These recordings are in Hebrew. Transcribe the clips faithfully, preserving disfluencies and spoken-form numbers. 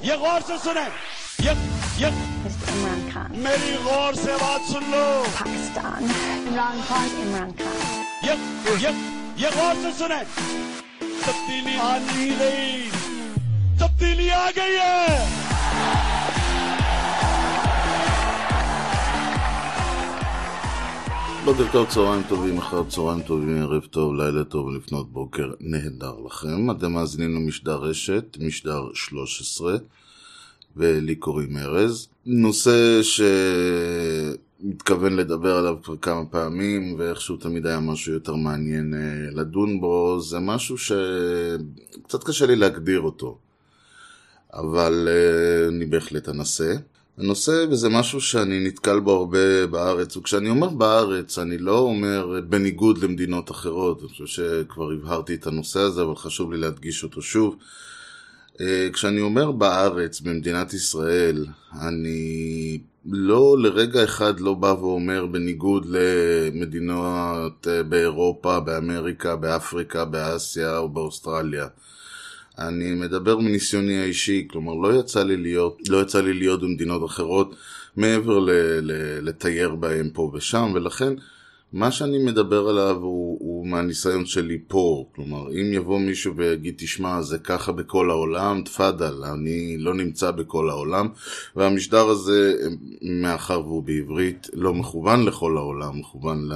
ये गौर से सुने, ये ये Mister Imran Khan. मेरी गौर से बात सुन लो। Pakistan. Imran Khan. Imran Khan. ये ये ये गौर से सुने, तब्दीली आ नहीं गई, तब्दीली आ गई है। בוקר טוב, צהריים טובים, אחר צהריים טובים, ערב טוב, לילה טוב ולפנות בוקר נהדר לכם. אתם מאזינים למשדר רשת, משדר שלוש עשרה, ולי קוראים ארז. נושא שמתכוון לדבר עליו כבר כמה פעמים, ואיכשהו תמיד היה משהו יותר מעניין לדון בו, זה משהו שקצת קשה לי להגדיר אותו, אבל אני בהחלט אנסה. הנושא, וזה משהו שאני נתקל בו הרבה בארץ, וכשאני אומר בארץ, אני לא אומר בניגוד למדינות אחרות, אני חושב שכבר הבהרתי את הנושא הזה, אבל חשוב לי להדגיש אותו שוב. כשאני אומר בארץ, במדינת ישראל, אני לא לרגע אחד לא בא ואומר בניגוד למדינות באירופה, באמריקה, באפריקה, באסיה או באוסטרליה. אני מדבר מניסיוני האישי, כלומר לא יצא לי להיות, לא יצא לי להיות במדינות אחרות מעבר ל, ל, לתייר בהם פה ושם, ולכן מה שאני מדבר עליו הוא, הוא מהניסיון שלי פה. כלומר, אם יבוא מישהו ויגיד, תשמע, זה ככה בכל העולם, תפדל, אני לא נמצא בכל העולם, והמשדר הזה, מאחר והוא בעברית, לא מכוון לכל העולם, מכוון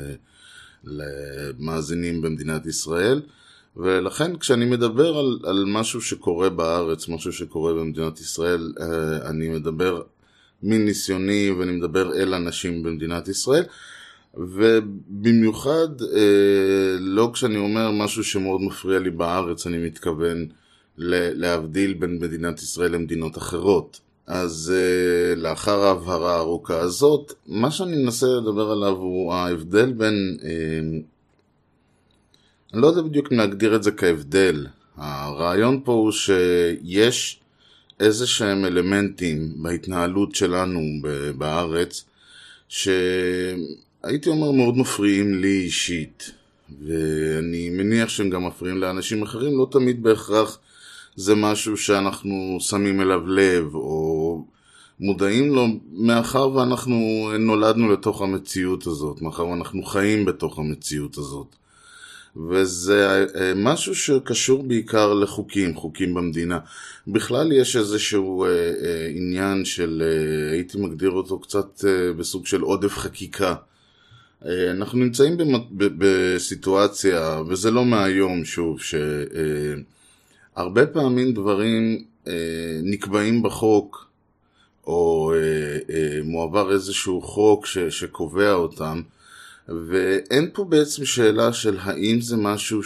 למאזינים במדינת ישראל, ולכן כשאני מדבר על, על משהו שקורה בארץ, משהו שקורה במדינת ישראל, אני מדבר מניסיוני ואני מדבר אל אנשים במדינת ישראל, ובמיוחד לא כשאני אומר משהו שמאוד מפריע לי בארץ, אני מתכוון להבדיל בין מדינת ישראל למדינות אחרות. אז לאחר ההבהרה הארוכה הזאת, מה שאני מנסה לדבר עליו הוא ההבדל בין... אני לא יודע בדיוק להגדיר את זה כהבדל. הרעיון פה הוא שיש איזה שהם אלמנטים בהתנהלות שלנו בארץ, שהייתי אומר מאוד מפריעים לי אישית, ואני מניח שהם גם מפריעים לאנשים אחרים. לא תמיד בהכרח זה משהו שאנחנו שמים אליו לב או מודעים לו, מאחר ואנחנו נולדנו לתוך המציאות הזאת, מאחר ואנחנו חיים בתוך המציאות הזאת. וזה משהו שקשור בעיקר לחוקים, חוקים במדינה. בכלל יש איזשהו עניין של, הייתי מגדיר אותו קצת בסוג של עודף חקיקה. אנחנו נמצאים בסיטואציה, וזה לא מהיום שוב, שהרבה פעמים דברים נקבעים בחוק, או מועבר איזשהו חוק שקובע אותם, ואין פה בעצם שאלה של האם זה משהו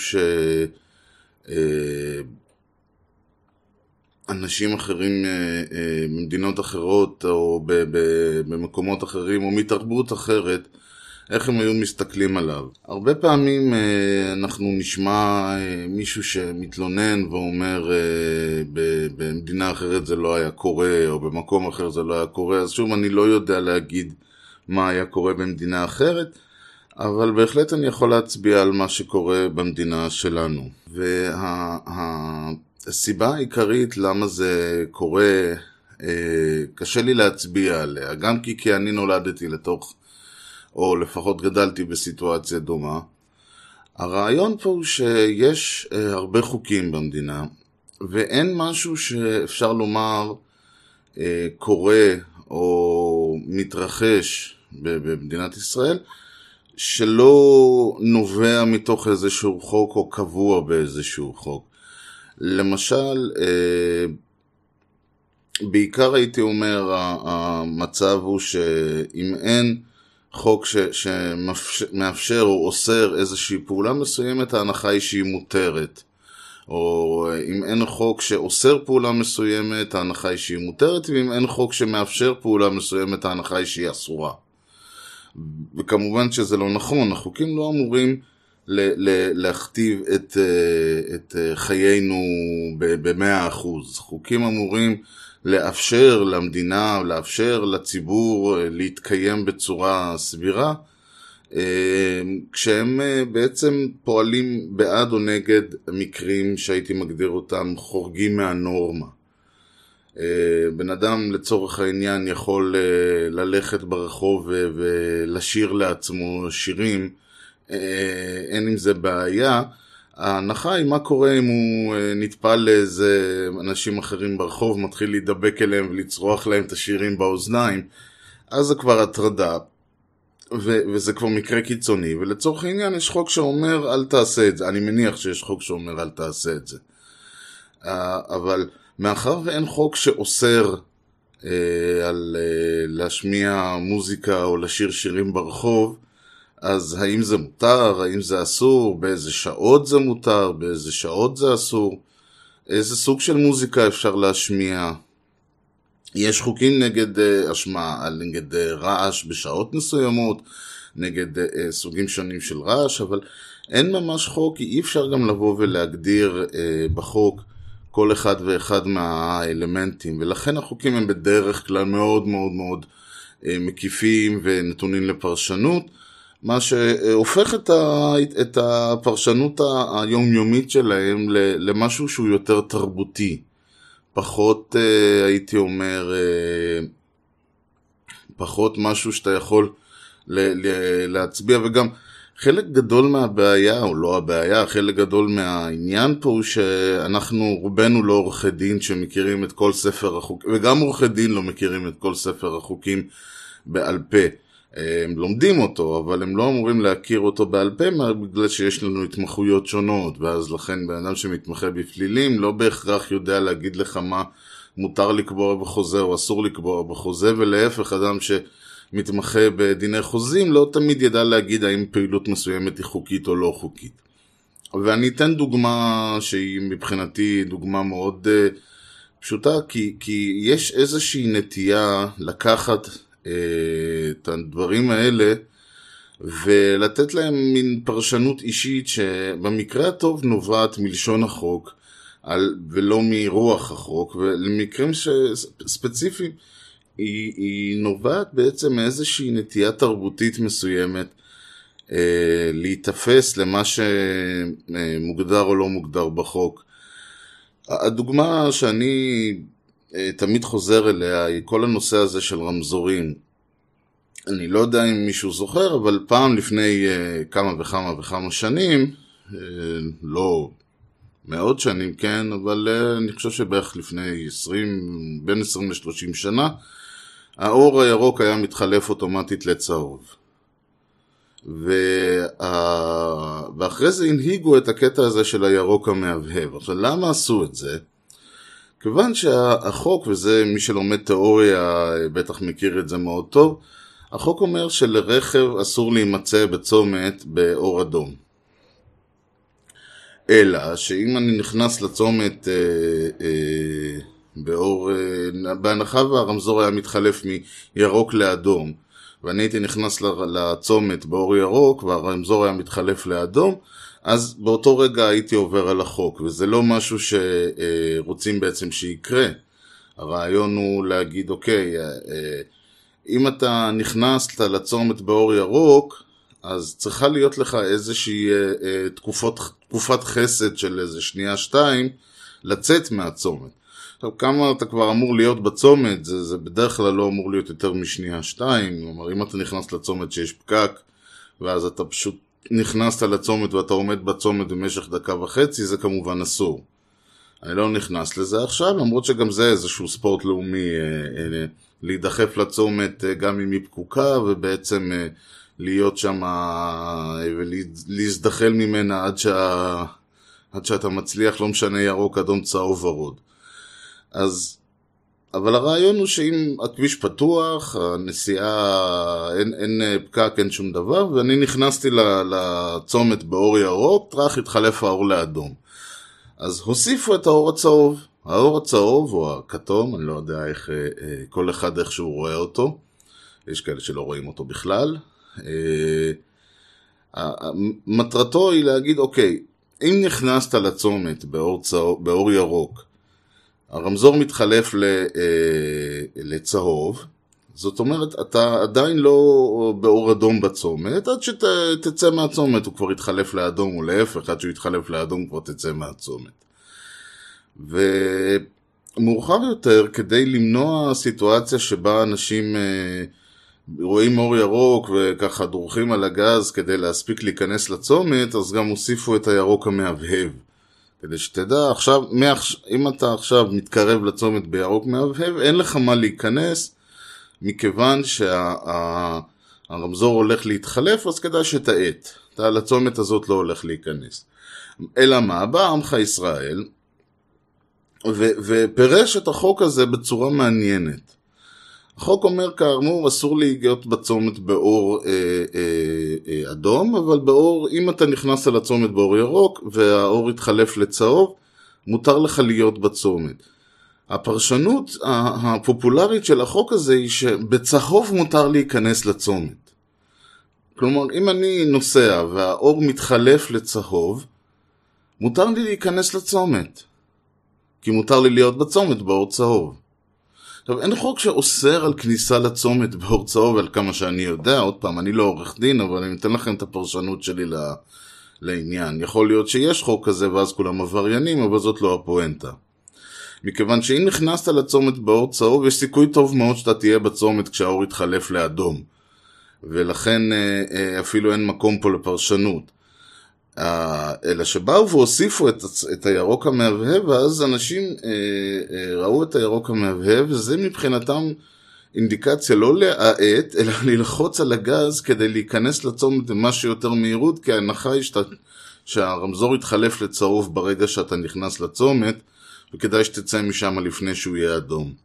שאנשים אחרים במדינות אחרות או במקומות אחרים או מתרבות אחרת, איך הם היו מסתכלים עליו. הרבה פעמים אנחנו נשמע מישהו שמתלונן ואומר במדינה אחרת זה לא היה קורה, או במקום אחר זה לא היה קורה. אז שוב, אני לא יודע להגיד מה היה קורה במדינה אחרת, אבל בהחלט אני יכול להצביע על מה שקורה במדינה שלנו. והסיבה העיקרית למה זה קורה, קשה לי להצביע עליה, גם כי, כי אני נולדתי לתוך, או לפחות גדלתי בסיטואציה דומה. הרעיון פה הוא שיש הרבה חוקים במדינה, ואין משהו שאפשר לומר קורה או מתרחש במדינת ישראל, שלא נובע מתוך איזשהו חוק או קבוע באיזשהו חוק. למשל, בעיקר הייתי אומר, המצב הוא שאם אין חוק שמאפשר או אוסר איזושהי פעולה מסוימת, ההנחה היא שהיא מותרת. או אם אין חוק שאוסר פעולה מסוימת, ההנחה היא שהיא מותרת, ואם אין חוק שמאפשר פעולה מסוימת, ההנחה היא שהיא אסורה. וכמובן שזה לא נכון, החוקים לא אמורים ל- ל- להכתיב את, את חיינו ב-מאה אחוז. חוקים אמורים לאפשר למדינה, לאפשר לציבור להתקיים בצורה סבירה, כשהם בעצם פועלים בעד או נגד מקרים שהייתי מגדיר אותם חורגים מהנורמה. בן אדם לצורך העניין יכול ללכת ברחוב ולשיר לעצמו שירים, אין עם זה בעיה. ההנחה היא מה קורה אם הוא נטפל לאיזה אנשים אחרים ברחוב, מתחיל להידבק אליהם ולצרוח להם את השירים באוזניים, אז זה כבר הטרדה, ו- וזה כבר מקרה קיצוני, ולצורך העניין יש חוק שאומר אל תעשה את זה, אני מניח שיש חוק שאומר אל תעשה את זה. אבל מאחר ואין חוק שאוסר אה, על אה, להשמיע מוזיקה או לשיר שירים ברחוב, אז האם זה מותר, האם זה אסור, באיזה שעות זה מותר, באיזה שעות זה אסור, איזה סוג של מוזיקה אפשר להשמיע. יש חוקים נגד uh, השמעה, נגד uh, רעש בשעות מסוימות, נגד uh, סוגים שונים של רעש, אבל אין ממש חוק, כי אי אפשר גם לבוא ולהגדיר uh, בחוק כל אחד ואחד מהאלמנטים, ולכן החוקים הם בדרך כלל מאוד מאוד מאוד uh, מקיפים ונתונים לפרשנות, מה שהופך את, ה, את הפרשנות היומיומית שלהם למשהו שהוא יותר תרבותי. פחות, הייתי אומר, פחות משהו שאתה יכול להצביע, וגם חלק גדול מהבעיה, או לא הבעיה, חלק גדול מהעניין פה הוא שאנחנו רובנו לא עורכי דין שמכירים את כל ספר החוקים, וגם עורכי דין לא מכירים את כל ספר החוקים בעל פה. הם לומדים אותו, אבל הם לא אמורים להכיר אותו בעל פה, בגלל שיש לנו התמחויות שונות, ואז לכן בן אדם שמתמחה בפלילים לא בהכרח יודע להגיד לך מה מותר לקבוע בחוזה או אסור לקבוע בחוזה, ולהפך, אדם שמתמחה בדיני חוזים לא תמיד ידע להגיד האם פעילות מסוימת היא חוקית או לא חוקית. ואני אתן דוגמה שהיא מבחינתי דוגמה מאוד uh, פשוטה, כי, כי יש איזושהי נטייה לקחת את הדברים האלה ולתת להם מין פרשנות אישית שבמקרה הטוב נובעת מלשון החוק על, ולא מרוח החוק, ולמקרים ספציפיים היא, היא נובעת בעצם מאיזושהי נטייה תרבותית מסוימת אה, להתאפס למה שמוגדר או לא מוגדר בחוק. הדוגמה שאני תמיד חוזר אליה היא כל הנושא הזה של רמזורים. אני לא יודע אם מישהו זוכר, אבל פעם לפני uh, כמה וכמה וכמה שנים, uh, לא מאות שנים, כן, אבל uh, אני חושב שבערך לפני עשרים, בין עשרים ל-שלושים שנה, האור הירוק היה מתחלף אוטומטית לצהוב. וה... ואחרי זה הנהיגו את הקטע הזה של הירוק המהבהב. עכשיו, למה עשו את זה? כיוון שהחוק, וזה מי שלומד תיאוריה בטח מכיר את זה מאוד טוב, החוק אומר שלרכב אסור להימצא בצומת באור אדום. אלא שאם אני נכנס לצומת אה, אה, באור, אה, בהנחה והרמזור היה מתחלף מירוק לאדום, ואני הייתי נכנס לצומת באור ירוק והרמזור היה מתחלף לאדום, אז באותו רגע הייתי עובר על החוק, וזה לא משהו שרוצים בעצם שיקרה. הרעיון הוא להגיד, אוקיי, אם אתה נכנס לצומת באור ירוק, אז צריכה להיות לך איזושהי תקופות, תקופת חסד של איזה שנייה שתיים, לצאת מהצומת. עכשיו, כמה אתה כבר אמור להיות בצומת, זה, זה בדרך כלל לא אמור להיות יותר משנייה שתיים. כלומר, אם אתה נכנס לצומת שיש פקק, ואז אתה פשוט נכנסת לצומת ואתה עומד בצומת במשך דקה וחצי, זה כמובן אסור. אני לא נכנס לזה עכשיו, למרות שגם זה איזשהו ספורט לאומי, אה, אה, להידחף לצומת אה, גם אם היא פקוקה, ובעצם אה, להיות שם אה, ולהזדחל ממנה עד, שה, עד שאתה מצליח, לא משנה ירוק, אדום, צהוב, ורוד. אז, אבל הרעיון הוא שאם הכביש פתוח, הנסיעה, אין, אין פקק, אין שום דבר, ואני נכנסתי לצומת באור ירוק, טרח התחלף האור לאדום. אז הוסיפו את האור הצהוב. האור הצהוב או הכתום, אני לא יודע איך, כל אחד איך שהוא רואה אותו. יש כאלה שלא רואים אותו בכלל. מטרתו היא להגיד, אוקיי, אם נכנסת לצומת באור, צהוב, באור ירוק, הרמזור מתחלף לצהוב, זאת אומרת, אתה עדיין לא באור אדום בצומת, עד שתצא מהצומת הוא כבר יתחלף לאדום, או להפך, עד שהוא יתחלף לאדום כבר תצא מהצומת. מאוחר יותר, כדי למנוע סיטואציה שבה אנשים אה, רואים אור ירוק וככה דורכים על הגז כדי להספיק להיכנס לצומת, אז גם הוסיפו את הירוק המהבהב. כדי שתדע, עכשיו, אם אתה עכשיו מתקרב לצומת בירוק מהבהב, אין לך מה להיכנס, מכיוון שהרמזור הולך להתחלף, אז כדאי שתעט. אתה לצומת הזאת לא הולך להיכנס. אלא מה? בא עמך ישראל, ו- ופרש את החוק הזה בצורה מעניינת. החוק אומר כאמור, אסור להיגעות בצומת באור אה, אה, אה, אדום, אבל באור, אם אתה נכנס על הצומת באור ירוק, והאור יתחלף לצהוב, מותר לך להיות בצומת. הפרשנות הפופולרית של החוק הזה היא שבצהוב מותר להיכנס לצומת. כלומר, אם אני נוסע והאור מתחלף לצהוב, מותר לי להיכנס לצומת. כי מותר לי להיות בצומת באור צהוב. עכשיו, אין חוק שאוסר על כניסה לצומת באור צהוב, על כמה שאני יודע. עוד פעם, אני לא עורך דין, אבל אני אתן לכם את הפרשנות שלי לעניין. יכול להיות שיש חוק כזה ואז כולם עבריינים, אבל זאת לא הפואנטה. מכיוון שאם נכנסת לצומת באור צהוב, יש סיכוי טוב מאוד שאתה תהיה בצומת כשהאור יתחלף לאדום. ולכן אפילו אין מקום פה לפרשנות. אלא שבאו והוסיפו את, את הירוק המהבהב, ואז אנשים ראו את הירוק המהבהב, וזה מבחינתם אינדיקציה לא להאט, אלא ללחוץ על הגז כדי להיכנס לצומת במשהו יותר מהירות, כי ההנחה היא שאתה, שהרמזור יתחלף לצהוב ברגע שאתה נכנס לצומת, וכדאי שתצא משם לפני שהוא יהיה אדום.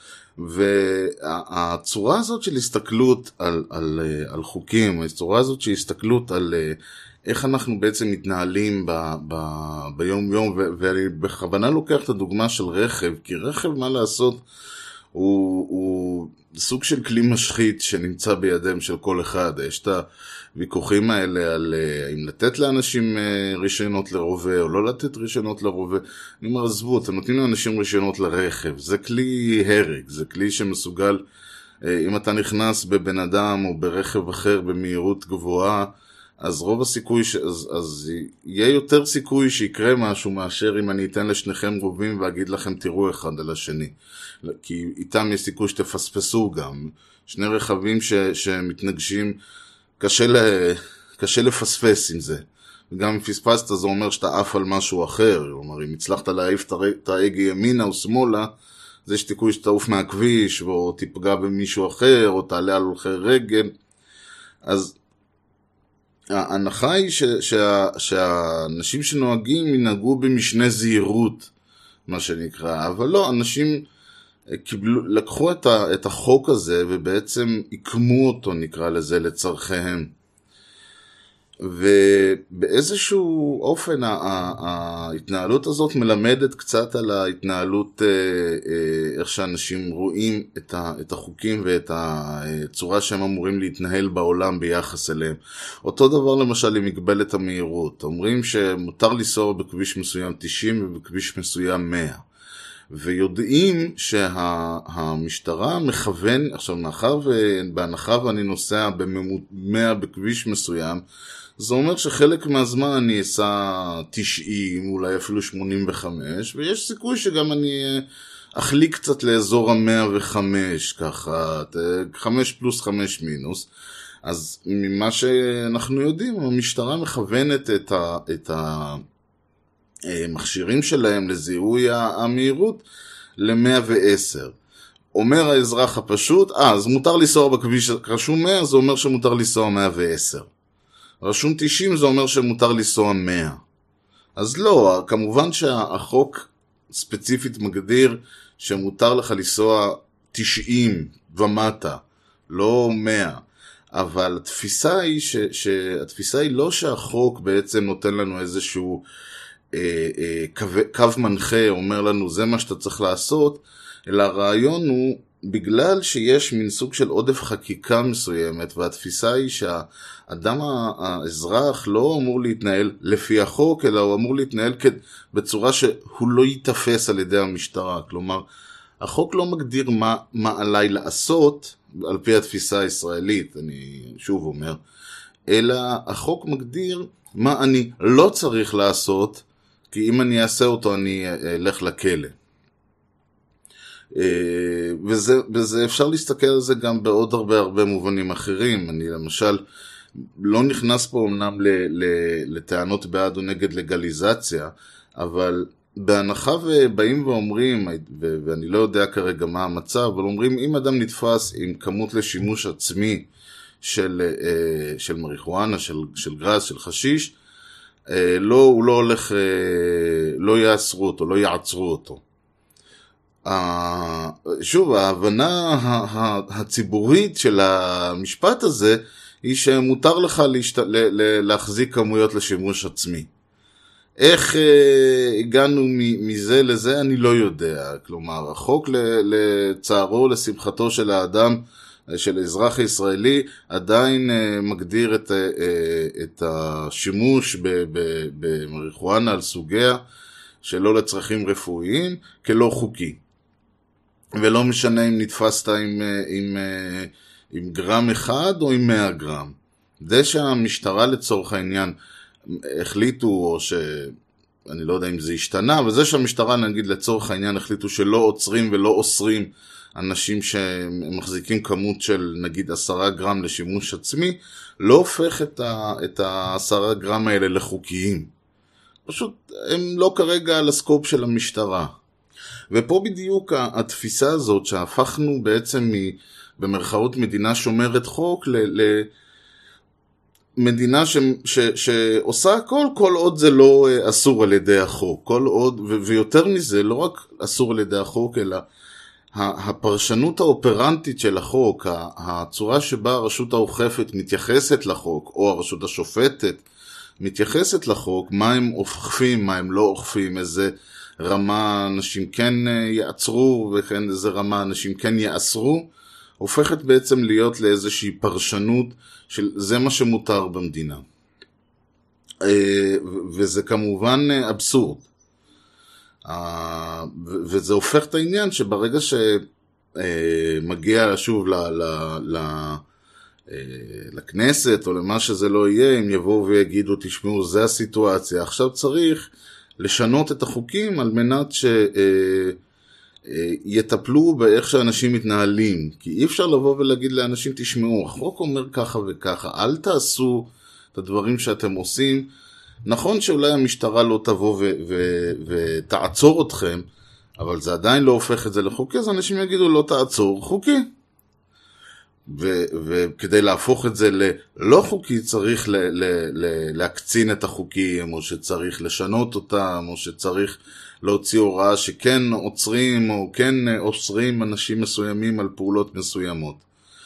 והצורה הזאת של הסתכלות על, על, על חוקים, הצורה הזאת של הסתכלות על איך אנחנו בעצם מתנהלים ב, ב, ביום יום, ואני בכוונה לוקח את הדוגמה של רכב, כי רכב, מה לעשות, הוא, הוא סוג של כלי משחית שנמצא בידיהם של כל אחד. יש את הוויכוחים האלה על אם לתת לאנשים רישיונות לרובה או לא לתת רישיונות לרובה. אני אומר, עזבו, אתם נותנים לאנשים רישיונות לרכב. זה כלי הרג, זה כלי שמסוגל, אם אתה נכנס בבן אדם או ברכב אחר במהירות גבוהה, אז רוב הסיכוי, ש... אז, אז יהיה יותר סיכוי שיקרה משהו מאשר אם אני אתן לשניכם רובים ואגיד לכם תראו אחד על השני. כי איתם יש סיכוי שתפספסו גם. שני רכבים ש... שמתנגשים, קשה, ל... קשה לפספס עם זה. וגם אם פספסת זה אומר שאתה עף על משהו אחר. כלומר, אם הצלחת להעיף את ההגה ימינה או שמאלה, אז יש סיכוי שתעוף מהכביש, או תפגע במישהו אחר, או תעלה על הולכי רגל. אז ההנחה היא ש, שה, שהאנשים שנוהגים ינהגו במשנה זהירות, מה שנקרא, אבל לא, אנשים קיבלו, לקחו את, ה, את החוק הזה ובעצם יקמו אותו, נקרא לזה, לצרכיהם. ובאיזשהו אופן ההתנהלות הזאת מלמדת קצת על ההתנהלות, איך שאנשים רואים את החוקים ואת הצורה שהם אמורים להתנהל בעולם ביחס אליהם. אותו דבר למשל עם מגבלת המהירות. אומרים שמותר לנסוע בכביש מסוים תשעים ובכביש מסוים מאה. ויודעים שהמשטרה מכוון, עכשיו מאחר ובהנחה ואני נוסע ב-מאה בכביש מסוים, זה אומר שחלק מהזמן אני אסע תשעים, אולי אפילו שמונים וחמש, ויש סיכוי שגם אני אחליק קצת לאזור ה-מאה וחמש, ככה, חמש פלוס חמש מינוס. אז ממה שאנחנו יודעים, המשטרה מכוונת את ה... את ה מכשירים שלהם לזיהוי המהירות ל-מאה ועשר. אומר האזרח הפשוט, אה, אז מותר לנסוע בכביש, רשום מאה, זה אומר שמותר לנסוע מאה ועשר. רשום תשעים, זה אומר שמותר לנסוע מאה. אז לא, כמובן שהחוק ספציפית מגדיר שמותר לך לנסוע תשעים ומטה, לא מאה. אבל התפיסה היא, ש, שהתפיסה היא לא שהחוק בעצם נותן לנו איזשהו קו, קו מנחה, אומר לנו זה מה שאתה צריך לעשות, אלא הרעיון הוא בגלל שיש מין סוג של עודף חקיקה מסוימת, והתפיסה היא שהאדם האזרח לא אמור להתנהל לפי החוק, אלא הוא אמור להתנהל בצורה שהוא לא ייתפס על ידי המשטרה. כלומר, החוק לא מגדיר מה, מה עליי לעשות על פי התפיסה הישראלית, אני שוב אומר, אלא החוק מגדיר מה אני לא צריך לעשות, כי אם אני אעשה אותו אני אלך לכלא. וזה, וזה אפשר להסתכל על זה גם בעוד הרבה הרבה מובנים אחרים. אני למשל לא נכנס פה אמנם ל, ל, לטענות בעד או נגד לגליזציה, אבל בהנחה ובאים ואומרים, ו- ואני לא יודע כרגע מה המצב, אבל אומרים אם אדם נתפס עם כמות לשימוש עצמי של, של מריחואנה, של, של גראס, של חשיש, לא, הוא לא הולך, לא יאסרו אותו, לא יעצרו אותו. שוב, ההבנה הציבורית של המשפט הזה היא שמותר לך להשת... להחזיק כמויות לשימוש עצמי. איך הגענו מזה לזה אני לא יודע. כלומר, החוק לצערו, לשמחתו של האדם, של האזרח הישראלי, עדיין מגדיר את, את השימוש במריחואנה על סוגיה שלא לצרכים רפואיים כלא חוקי. ולא משנה אם נתפסת עם, עם, עם גרם אחד או עם מאה גרם. זה שהמשטרה לצורך העניין החליטו, או שאני לא יודע אם זה השתנה, אבל זה שהמשטרה נגיד לצורך העניין החליטו שלא עוצרים ולא אוסרים אנשים שמחזיקים כמות של נגיד עשרה גרם לשימוש עצמי, לא הופך את, ה, את העשרה גרם האלה לחוקיים. פשוט הם לא כרגע על הסקופ של המשטרה. ופה בדיוק התפיסה הזאת שהפכנו בעצם במרכאות מדינה שומרת חוק למדינה ש, ש, שעושה הכל כל עוד זה לא אסור על ידי החוק. כל עוד, ו, ויותר מזה, לא רק אסור על ידי החוק, אלא הפרשנות האופרנטית של החוק, הצורה שבה הרשות האוכפת מתייחסת לחוק, או הרשות השופטת מתייחסת לחוק, מה הם אוכפים, מה הם לא אוכפים, איזה רמה אנשים כן יעצרו, וכן איזה רמה אנשים כן יאסרו, הופכת בעצם להיות לאיזושהי פרשנות של זה מה שמותר במדינה. וזה כמובן אבסורד. וזה הופך את העניין שברגע שמגיע שוב ל... ל... ל... לכנסת או למה שזה לא יהיה, אם יבואו ויגידו תשמעו זה הסיטואציה, עכשיו צריך לשנות את החוקים על מנת שיטפלו באיך שאנשים מתנהלים, כי אי אפשר לבוא ולהגיד לאנשים תשמעו החוק אומר ככה וככה, אל תעשו את הדברים שאתם עושים. נכון שאולי המשטרה לא תבוא ו- ו- ותעצור אתכם, אבל זה עדיין לא הופך את זה לחוקי, אז אנשים יגידו לא תעצור, חוקי. ו- וכדי להפוך את זה ללא חוקי צריך ל- ל- ל- להקצין את החוקים, או שצריך לשנות אותם, או שצריך להוציא הוראה שכן עוצרים או כן אוסרים אנשים מסוימים על פעולות מסוימות.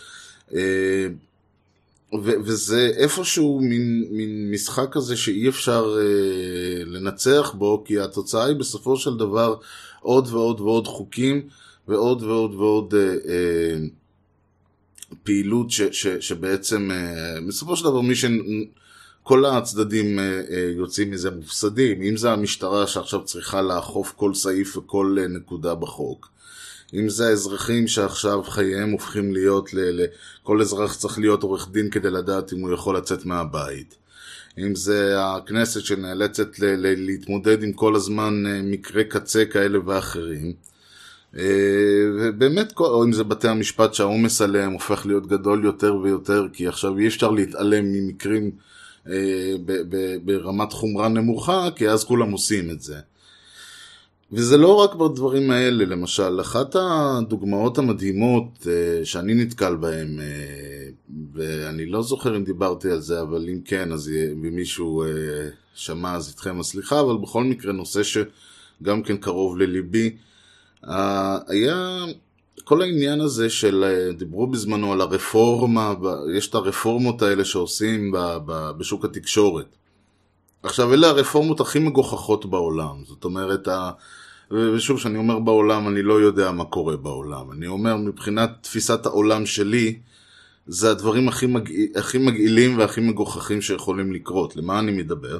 ו- וזה איפשהו מין, מין משחק כזה שאי אפשר אה, לנצח בו, כי התוצאה היא בסופו של דבר עוד ועוד ועוד חוקים, ועוד ועוד ועוד אה, אה, פעילות ש- ש- שבעצם אה, בסופו של דבר מי ש... כל הצדדים אה, אה, יוצאים מזה מופסדים, אם זה המשטרה שעכשיו צריכה לאכוף כל סעיף וכל אה, נקודה בחוק. אם זה האזרחים שעכשיו חייהם הופכים להיות, ל- ל- כל אזרח צריך להיות עורך דין כדי לדעת אם הוא יכול לצאת מהבית. אם זה הכנסת שנאלצת ל- ל- להתמודד עם כל הזמן מקרי קצה כאלה ואחרים. ובאמת, או אם זה בתי המשפט שהעומס עליהם הופך להיות גדול יותר ויותר, כי עכשיו אי אפשר להתעלם ממקרים ב- ב- ברמת חומרה נמוכה, כי אז כולם עושים את זה. וזה לא רק בדברים האלה, למשל, אחת הדוגמאות המדהימות שאני נתקל בהן, ואני לא זוכר אם דיברתי על זה, אבל אם כן, אז מישהו שמע, אז איתכם הסליחה, אבל בכל מקרה נושא שגם כן קרוב לליבי, היה כל העניין הזה של, דיברו בזמנו על הרפורמה, יש את הרפורמות האלה שעושים בשוק התקשורת. עכשיו, אלה הרפורמות הכי מגוחכות בעולם. זאת אומרת, ה... ושוב, שאני אומר בעולם, אני לא יודע מה קורה בעולם. אני אומר, מבחינת תפיסת העולם שלי, זה הדברים הכי, מג... הכי מגעילים והכי מגוחכים שיכולים לקרות. למה אני מדבר?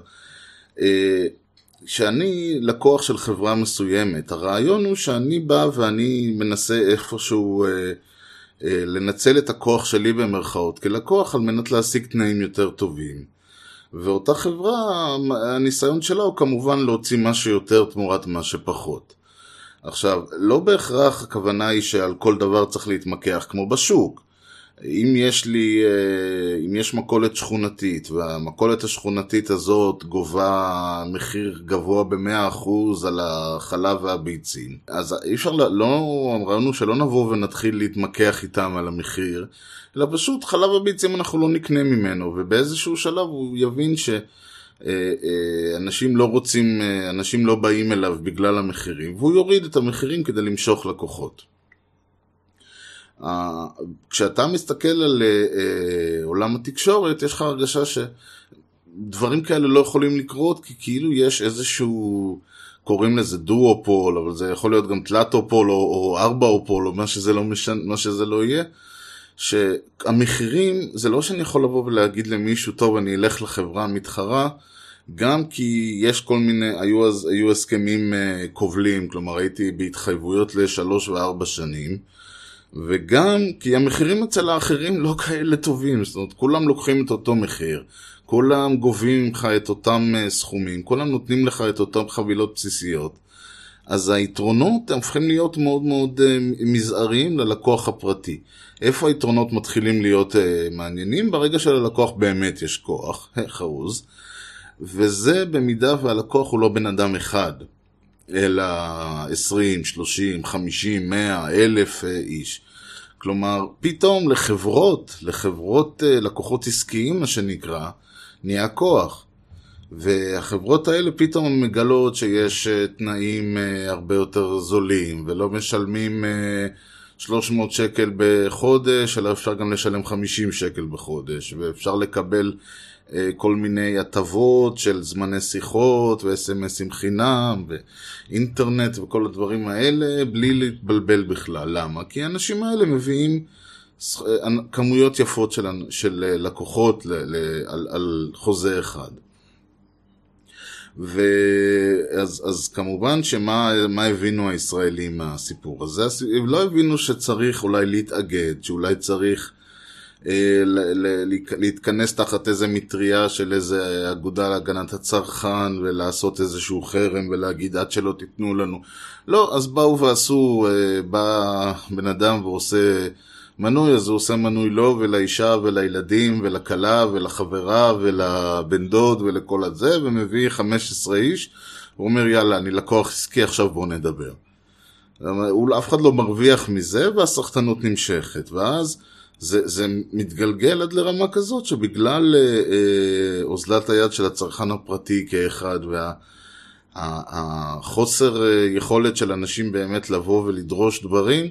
שאני לקוח של חברה מסוימת, הרעיון הוא שאני בא ואני מנסה איפשהו לנצל את הכוח שלי במרכאות כלקוח על מנת להשיג תנאים יותר טובים. ואותה חברה, הניסיון שלה הוא כמובן להוציא משהו יותר תמורת מה שפחות. עכשיו, לא בהכרח הכוונה היא שעל כל דבר צריך להתמקח כמו בשוק. אם יש לי, אם יש מכולת שכונתית, והמכולת השכונתית הזאת גובה מחיר גבוה ב-מאה אחוז על החלב והביצים, אז אי אפשר, לא, אמרנו שלא נבוא ונתחיל להתמקח איתם על המחיר, אלא פשוט חלב הביצים אנחנו לא נקנה ממנו, ובאיזשהו שלב הוא יבין שאנשים לא רוצים, אנשים לא באים אליו בגלל המחירים, והוא יוריד את המחירים כדי למשוך לקוחות. כשאתה מסתכל על עולם התקשורת, יש לך הרגשה שדברים כאלה לא יכולים לקרות, כי כאילו יש איזשהו, קוראים לזה דואופול, אבל זה יכול להיות גם תלת-אופול או ארבע-אופול, או מה שזה לא משנה, מה שזה לא יהיה, שהמחירים, זה לא שאני יכול לבוא ולהגיד למישהו, טוב, אני אלך לחברה המתחרה, גם כי יש כל מיני, היו, אז, היו הסכמים כובלים, כלומר הייתי בהתחייבויות לשלוש וארבע שנים, וגם כי המחירים אצל האחרים לא כאלה טובים, זאת אומרת, כולם לוקחים את אותו מחיר, כולם גובים לך את אותם סכומים, כולם נותנים לך את אותם חבילות בסיסיות, אז היתרונות הופכים להיות מאוד מאוד מזעריים ללקוח הפרטי. איפה היתרונות מתחילים להיות מעניינים? ברגע שללקוח באמת יש כוח, חרוז, וזה במידה והלקוח הוא לא בן אדם אחד, אלא עשרים, שלושים, חמישים, מאה, אלף איש. כלומר, פתאום לחברות, לחברות, לקוחות עסקיים, מה שנקרא, נהיה כוח. והחברות האלה פתאום מגלות שיש תנאים הרבה יותר זולים, ולא משלמים שלוש מאות שקל בחודש, אלא אפשר גם לשלם חמישים שקל בחודש, ואפשר לקבל כל מיני הטבות של זמני שיחות ו-אס אם אסים חינם ואינטרנט וכל הדברים האלה בלי להתבלבל בכלל. למה? כי האנשים האלה מביאים כמויות יפות של, של לקוחות ל, ל, על, על חוזה אחד. ואז, אז כמובן שמה מה הבינו הישראלים מהסיפור הזה? לא הבינו שצריך אולי להתאגד, שאולי צריך להתכנס תחת איזה מטריה של איזה אגודה להגנת הצרכן ולעשות איזשהו חרם ולהגיד עד שלא תיתנו לנו. לא, אז באו ועשו, בא בן אדם ועושה מנוי, אז הוא עושה מנוי לו ולאישה ולילדים ולכלה ולחברה ולבן דוד ולכל הזה, ומביא חמישה עשר איש, הוא אומר יאללה אני לקוח עסקי, עכשיו בוא נדבר. אף אחד לא מרוויח מזה והסחטנות נמשכת, ואז זה, זה מתגלגל עד לרמה כזאת שבגלל אה, אוזלת היד של הצרכן הפרטי כאחד והחוסר וה, יכולת של אנשים באמת לבוא ולדרוש דברים,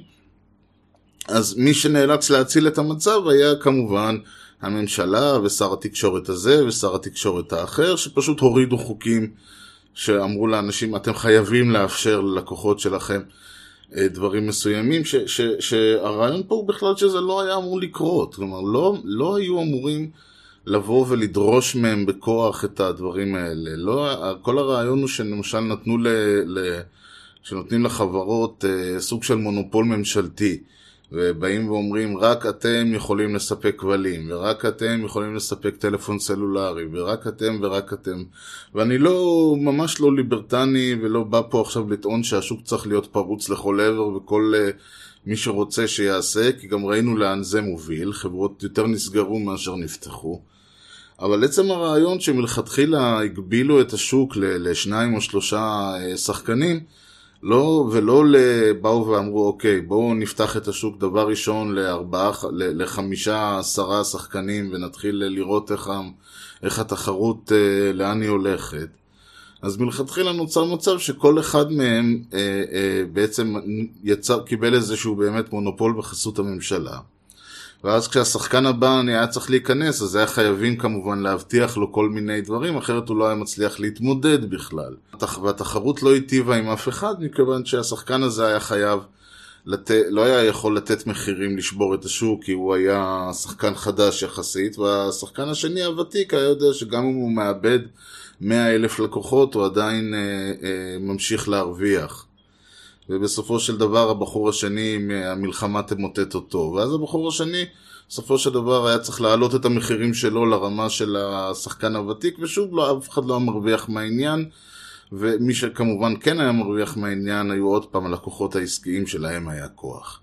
אז מי שנאלץ להציל את המצב היה כמובן הממשלה ושר התקשורת הזה ושר התקשורת האחר, שפשוט הורידו חוקים שאמרו לאנשים אתם חייבים לאפשר ללקוחות שלכם דברים מסוימים, ש, ש, שהרעיון פה הוא בכלל שזה לא היה אמור לקרות. כלומר, לא, לא היו אמורים לבוא ולדרוש מהם בכוח את הדברים האלה. לא, כל הרעיון הוא שלמשל נתנו ל, ל, שנותנים לחברות סוג של מונופול ממשלתי, ובאים ואומרים רק אתם יכולים לספק כבלים, ורק אתם יכולים לספק טלפון סלולרי, ורק אתם ורק אתם. ואני לא, ממש לא ליברטני, ולא בא פה עכשיו לטעון שהשוק צריך להיות פרוץ לכל עבר, וכל uh, מי שרוצה שיעשה, כי גם ראינו לאן זה מוביל, חברות יותר נסגרו מאשר נפתחו. אבל עצם הרעיון שמלכתחילה הגבילו את השוק לשניים או שלושה שחקנים, לא, ולא באו ואמרו, אוקיי, בואו נפתח את השוק דבר ראשון לארבעה, לחמישה, עשרה שחקנים, ונתחיל לראות איך, איך התחרות, לאן היא הולכת. אז מלכתחילה נוצר מצב שכל אחד מהם בעצם יצר, קיבל איזשהו באמת מונופול בחסות הממשלה. ואז כשהשחקן הבא היה צריך להיכנס, אז היה חייבים כמובן להבטיח לו כל מיני דברים, אחרת הוא לא היה מצליח להתמודד בכלל. והתחרות לא היטיבה עם אף אחד, מכיוון שהשחקן הזה היה חייב, לת... לא היה יכול לתת מחירים לשבור את השוק, כי הוא היה שחקן חדש יחסית, והשחקן השני הוותיק היה יודע שגם אם הוא מאבד מאה אלף לקוחות, הוא עדיין אה, אה, ממשיך להרוויח. ובסופו של דבר הבחור השני, המלחמה תמוטט אותו. ואז הבחור השני, בסופו של דבר היה צריך להעלות את המחירים שלו לרמה של השחקן הוותיק, ושוב לא, אף אחד לא מרוויח מהעניין, ומי שכמובן כן היה מרוויח מהעניין היו עוד פעם הלקוחות העסקיים שלהם היה כוח.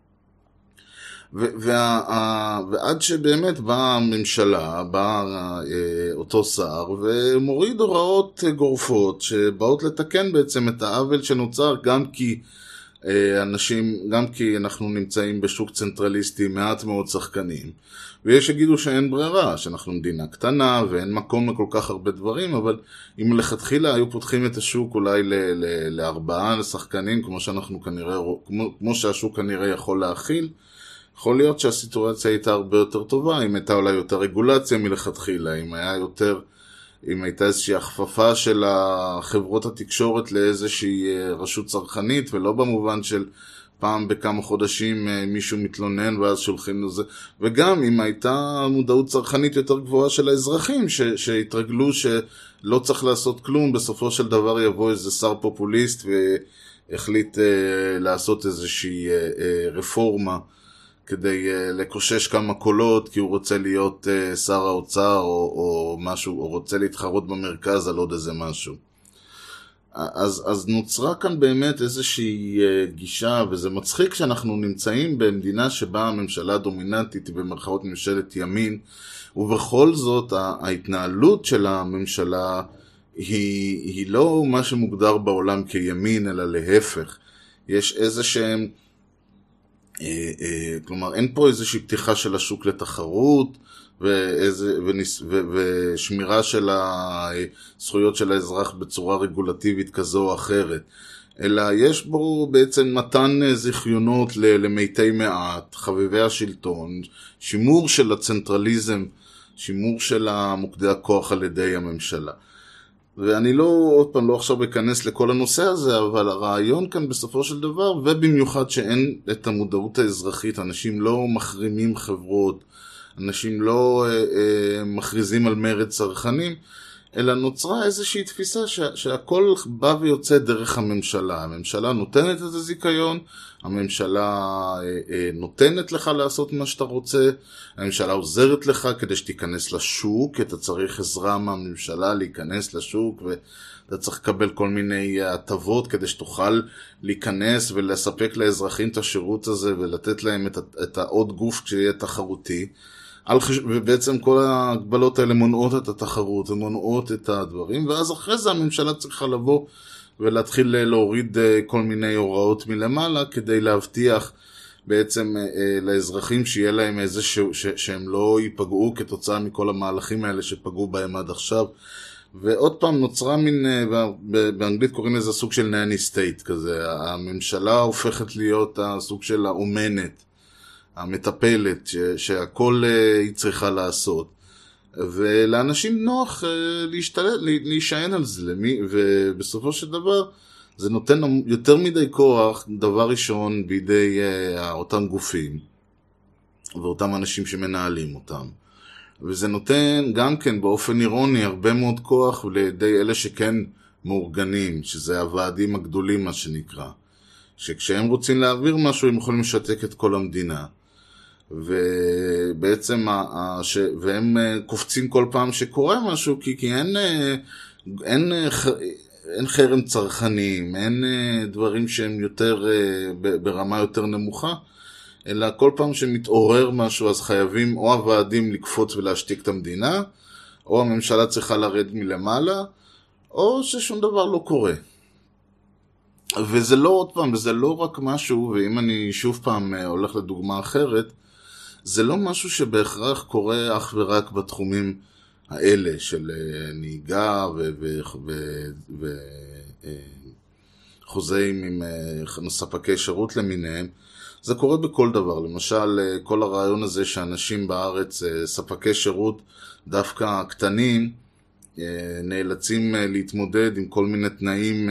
וה, ועד שבאמת באה הממשלה, בא אותו שר, ומוריד הוראות גורפות שבאות לתקן בעצם את העוול שנוצר, גם כי אנשים, גם כי אנחנו נמצאים בשוק צנטרליסטי, מעט מאוד שחקנים, ויש שיגידו שאין ברירה, שאנחנו מדינה קטנה ואין מקום לכל כך הרבה דברים, אבל אם לכתחילה היו פותחים את השוק אולי ל, ל, לארבעה שחקנים, כמו שאנחנו כנראה, כמו, כמו שהשוק כנראה יכול להכיל, יכול להיות שהסיטואציה הייתה הרבה יותר טובה, אם הייתה אולי יותר רגולציה מלכתחילה, אם היה יותר, אם הייתה איזושהי הכפפה של החברות התקשורת לאיזושהי רשות צרכנית, ולא במובן של פעם בכמה חודשים מישהו מתלונן ואז שולחים לזה, וגם אם הייתה מודעות צרכנית יותר גבוהה של האזרחים, ש- שהתרגלו שלא צריך לעשות כלום, בסופו של דבר יבוא איזה שר פופוליסט והחליט uh, לעשות איזושהי uh, uh, רפורמה, כדי uh, לקושש כמה קולות, כי הוא רוצה להיות uh, שר האוצר או, או משהו, או רוצה להתחרות במרכז על עוד איזה משהו. אז, אז נוצרה כאן באמת איזושהי uh, גישה, וזה מצחיק שאנחנו נמצאים במדינה שבה הממשלה דומיננטית היא במרכאות ממשלת ימין, ובכל זאת ההתנהלות של הממשלה היא, היא לא מה שמוגדר בעולם כימין, אלא להפך. יש איזה שהם, אה, אה, כלומר אין פה איזושהי פתיחה של השוק לתחרות, ואיזה, וניס, ו, ושמירה של הזכויות של האזרח בצורה רגולטיבית כזו או אחרת, אלא יש בו בעצם מתן זיכיונות למתי מעט, חביבי השלטון, שימור של הצנטרליזם, שימור של מוקדי הכוח על ידי הממשלה. ואני לא, עוד פעם, לא עכשיו אכנס לכל הנושא הזה, אבל הרעיון כאן בסופו של דבר, ובמיוחד שאין את המודעות האזרחית, אנשים לא מחרימים חברות, אנשים לא אה, אה, מכריזים על מרד צרכנים, אלא נוצרה איזושהי תפיסה ש- שהכל בא ויוצא דרך הממשלה. הממשלה נותנת את הזיכיון, הממשלה אה, אה, נותנת לך לעשות מה שאתה רוצה, הממשלה עוזרת לך כדי שתיכנס לשוק, אתה צריך עזרה מהממשלה להיכנס לשוק, ואתה צריך לקבל כל מיני הטבות כדי שתוכל להיכנס ולספק לאזרחים את השירות הזה, ולתת להם את, את העוד גוף כשיהיה תחרותי. ובעצם כל ההגבלות האלה מונעות את התחרות, מונעות את הדברים, ואז אחרי זה הממשלה צריכה לבוא ולהתחיל להוריד כל מיני הוראות מלמעלה, כדי להבטיח בעצם לאזרחים שיהיה להם איזה ש... ש... שהם לא ייפגעו כתוצאה מכל המהלכים האלה שפגעו בהם עד עכשיו. ועוד פעם נוצרה מין, באנגלית קוראים לזה סוג של נאני סטייט כזה, הממשלה הופכת להיות הסוג של האומנת, המטפלת, ש, שהכל uh, היא צריכה לעשות. ולאנשים נוח uh, להשתלט, להישען על זה, למי, ובסופו של דבר זה נותן יותר מדי כוח, דבר ראשון, בידי uh, אותם גופים, ואותם אנשים שמנהלים אותם. וזה נותן גם כן באופן אירוני הרבה מאוד כוח לידי אלה שכן מאורגנים, שזה הוועדים הגדולים מה שנקרא. שכשהם רוצים להעביר משהו הם יכולים לשתק את כל המדינה. ובעצם הש... והם קופצים כל פעם שקורה משהו, כי, כי אין, אין, אין חרם צרכנים, אין דברים שהם יותר ברמה יותר נמוכה, אלא כל פעם שמתעורר משהו אז חייבים או הוועדים לקפוץ ולהשתיק את המדינה, או הממשלה צריכה לרד מלמעלה, או ששום דבר לא קורה. וזה לא עוד פעם, וזה לא רק משהו, ואם אני שוב פעם הולך לדוגמה אחרת, זה לא משהו שבהכרח קורה אך ורק בתחומים האלה של נהיגה וחוזים עם ספקי שירות למיניהם. זה קורה בכל דבר. למשל, כל הרעיון הזה שאנשים בארץ, ספקי שירות דווקא קטנים, נאלצים להתמודד עם כל מיני תנאים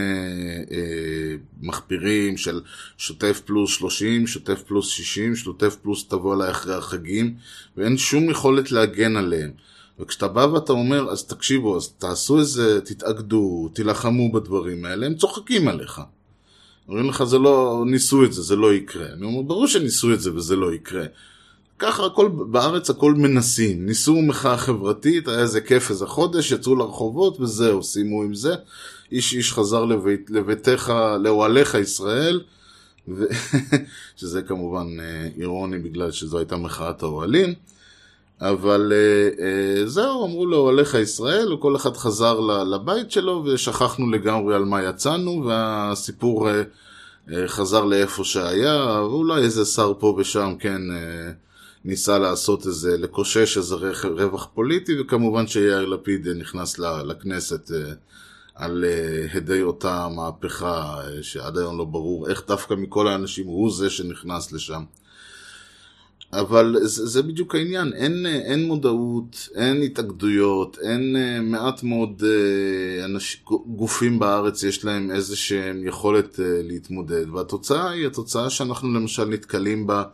מחפירים של שוטף פלוס שלושים, שוטף פלוס שישים, שוטף פלוס תבוא עליי אחרי החגים, ואין שום יכולת להגן עליהם. וכשאתה בא ואתה אומר, אז תקשיבו, אז תעשו איזה, תתאגדו, תילחמו בדברים האלה, הם צוחקים עליך. אומרים לך, זה לא, ניסו את זה, זה לא יקרה. אני אומר, ברור שניסו את זה וזה לא יקרה. ככה הכל, בארץ הכל מנסים. ניסו מחאה חברתית, היה איזה כיף איזה חודש, יצאו לרחובות וזהו, שימו עם זה. איש איש חזר לבית, לביתך, לאוהליך ישראל, ו... שזה כמובן אירוני בגלל שזו הייתה מחאת האוהלים. אבל זהו, אמרו לאוהליך ישראל, וכל אחד חזר לבית שלו, ושכחנו לגמרי על מה יצאנו, והסיפור חזר לאיפה שהיה, ואולי איזה שר פה ושם, כן, ניסה לעשות איזה, לקושש איזה רווח פוליטי, וכמובן שיאיר לפיד נכנס לכנסת על הדי אותה מהפכה, שעד היום לא ברור איך דווקא מכל האנשים הוא זה שנכנס לשם. אבל זה, זה בדיוק העניין, אין, אין מודעות, אין התאגדויות, אין מעט מאוד אנש, גופים בארץ יש להם איזה שהם יכולת להתמודד, והתוצאה היא התוצאה שאנחנו למשל נתקלים בה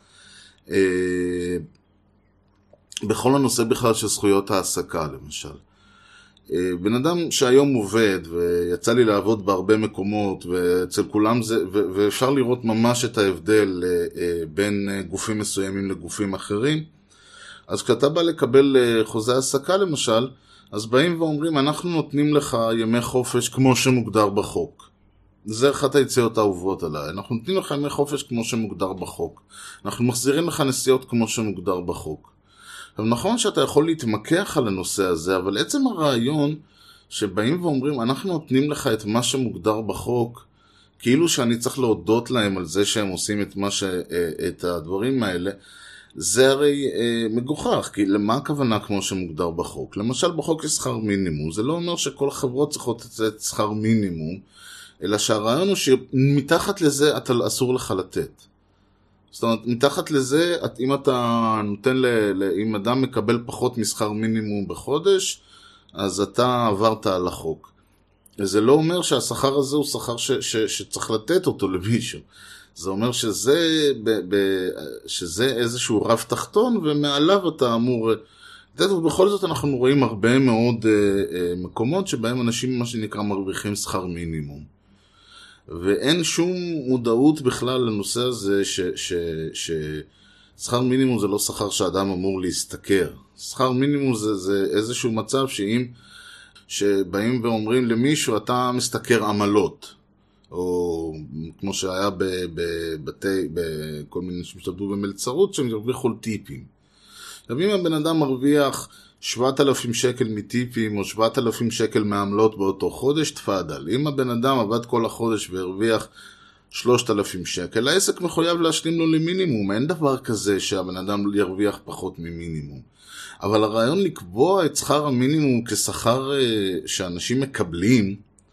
בכל הנושא בכלל של זכויות העסקה למשל. בן אדם שהיום עובד, ויצא לי לעבוד בהרבה מקומות, ואצל כולם זה, ו- ואפשר לראות ממש את ההבדל בין גופים מסוימים לגופים אחרים. אז כשאתה בא לקבל חוזה העסקה למשל, אז באים ואומרים, אנחנו נותנים לך ימי חופש כמו שמוגדר בחוק. זה אחת היציאות האהובות עליי. אנחנו נותנים לך ימי חופש כמו שמוגדר בחוק. אנחנו מחזירים לך נסיעות כמו שמוגדר בחוק. נכון שאתה יכול להתמקח על הנושא הזה, אבל עצם הרעיון שבאים ואומרים, אנחנו נותנים לך את מה שמוגדר בחוק, כאילו שאני צריך להודות להם על זה שהם עושים את, מה ש... את הדברים האלה, זה הרי אה, מגוחך, כי למה הכוונה כמו שמוגדר בחוק? למשל בחוק יש שכר מינימום, זה לא אומר שכל החברות צריכות את שכר מינימום, אלא שהרעיון הוא שמתחת לזה אתה אסור לך לתת. זאת אומרת, מתחת לזה, אם אתה נותן, ל, ל, אם אדם מקבל פחות משכר מינימום בחודש, אז אתה עברת על החוק. זה לא אומר שהשכר הזה הוא שכר ש, ש, שצריך לתת אותו למישהו. זה אומר שזה, ב, ב, שזה איזשהו רף תחתון, ומעליו אתה אמור... ובכל זאת אנחנו רואים הרבה מאוד מקומות שבהם אנשים, מה שנקרא, מרוויחים שכר מינימום. ואין שום מודעות בכלל לנושא הזה ש, ש, ש, שכר מינימום זה לא שכר שאדם אמור להסתכר. שכר מינימום זה, זה איזשהו מצב שאם, שבאים ואומרים למישהו, אתה מסתכר עמלות. או כמו שהיה בבתי, בכל מיני שמשתדלו במלצרות, שהם ירוויחו טיפים. אם הבן אדם מרוויח שבעת אלפים שקל מטיפים או שבעת אלפים שקל מעמלות באותו חודש, תפאדל. אם הבן אדם עבד כל החודש והרוויח שלושת אלפים שקל, העסק מחויב להשלים לו למינימום. אין דבר כזה שהבן אדם ירוויח פחות ממינימום. אבל הרעיון לקבוע את שכר המינימום כשכר שאנשים מקבלים,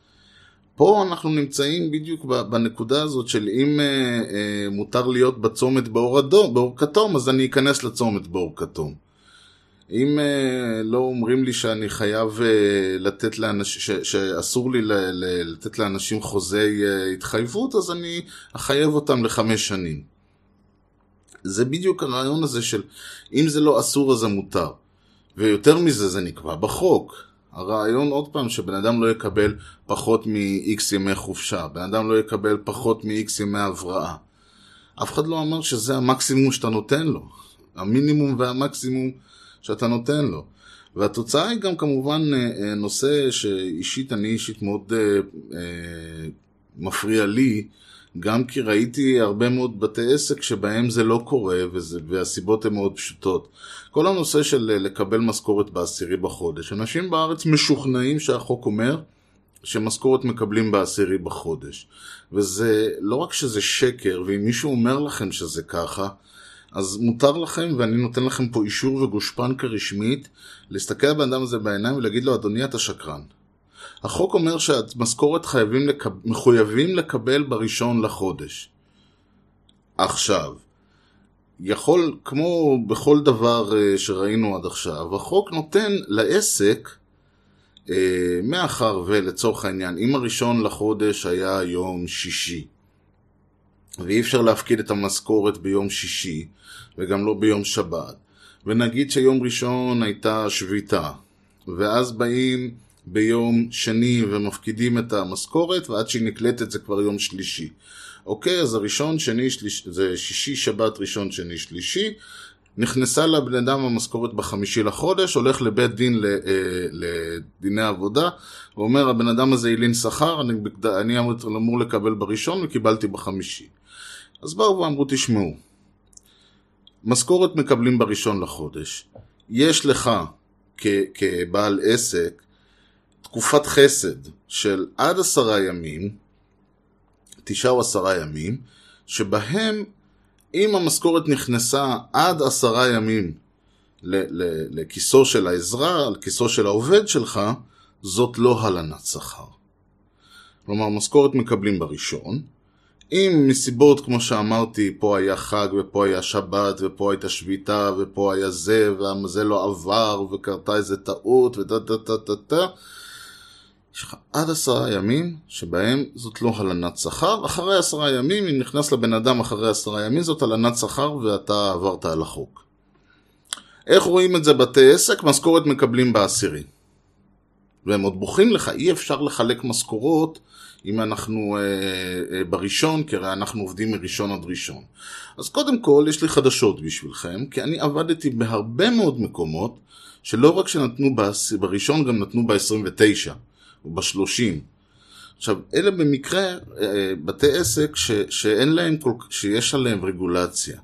פה אנחנו נמצאים בדיוק בנקודה הזאת של אם מותר להיות בצומת באור אדום, באור כתום, אז אני אכנס לצומת באור כתום. אם לא אומרים לי שאני חייב לתת לאנשים, שאסור לי לתת לאנשים חוזי התחייבות, אז אני אחייב אותם לחמש שנים. זה בדיוק הרעיון הזה של אם זה לא אסור אז זה מותר. ויותר מזה זה נקבע בחוק. הרעיון עוד פעם שבן אדם לא יקבל פחות מ-X ימי חופשה, בן אדם לא יקבל פחות מ-X ימי הבראה. אף אחד לא אמר שזה המקסימום שאתה נותן לו. המינימום והמקסימום שאתה נותן לו. והתוצאה היא גם כמובן נושא שאישית, אני אישית מאוד אה, מפריע לי, גם כי ראיתי הרבה מאוד בתי עסק שבהם זה לא קורה, וזה, והסיבות הן מאוד פשוטות. כל הנושא של לקבל משכורת בעשירי בחודש. אנשים בארץ משוכנעים שהחוק אומר שמשכורת מקבלים בעשירי בחודש. וזה לא רק שזה שקר, ואם מישהו אומר לכם שזה ככה, אז מותר לכם, ואני נותן לכם פה אישור וגושפנקה רשמית, להסתכל על האדם הזה בעיניים ולהגיד לו, אדוני, אתה שקרן. החוק אומר שהמשכורת חייבים לקב... מחויבים לקבל בראשון לחודש. עכשיו, יכול, כמו בכל דבר שראינו עד עכשיו, החוק נותן לעסק, מאחר ולצורך העניין, אם הראשון לחודש היה יום שישי, ואי אפשר להפקיד את המשכורת ביום שישי, וגם לא ביום שבת, ונגיד שיום ראשון הייתה שביתה, ואז באים ביום שני ומפקידים את המשכורת, ועד שהיא נקלטת זה כבר יום שלישי. אוקיי, אז הראשון, שני, שלישי, זה שישי, שבת, ראשון, שני, שלישי, נכנסה לבן אדם המשכורת בחמישי לחודש, הולך לבית דין לדיני עבודה, ואומר, הבן אדם הזה הלין שכר, אני, אני אמור לקבל בראשון וקיבלתי בחמישי. אז באו ואמרו, תשמעו, משכורת מקבלים בראשון לחודש. יש לך כ- כבעל עסק תקופת חסד של עד עשרה ימים, תשעה או עשרה ימים, שבהם אם המשכורת נכנסה עד עשרה ימים לכיסו של העזרה, לכיסו של העובד שלך, זאת לא הלנת שכר. כלומר, משכורת מקבלים בראשון. אם מסיבות, כמו שאמרתי, פה היה חג ופה היה שבת ופה הייתה שביתה ופה היה זה וזה לא עבר וקרתה איזה טעות וטטטטטטט, יש לך עד עשרה ימים שבהם זאת לא הלנת שכר. אחרי עשרה ימים, אם נכנס לבן אדם אחרי עשרה ימים, זאת הלנת שכר ואתה עברת על החוק. איך רואים את זה בתי עסק? משכורת מקבלים בעשירי. והם עוד בוכים לך, אי אפשר לחלק משכורות אם אנחנו אה, אה, בראשון, כי הרי אנחנו עובדים מראשון עד ראשון. אז קודם כל, יש לי חדשות בשבילכם, כי אני עבדתי בהרבה מאוד מקומות, שלא רק שנתנו בראשון, גם נתנו ב-עשרים ותשע. ב-שלושים. עכשיו, אלה במקרה בתי עסק ש, שאין להם, שיש עליהם רגולציה.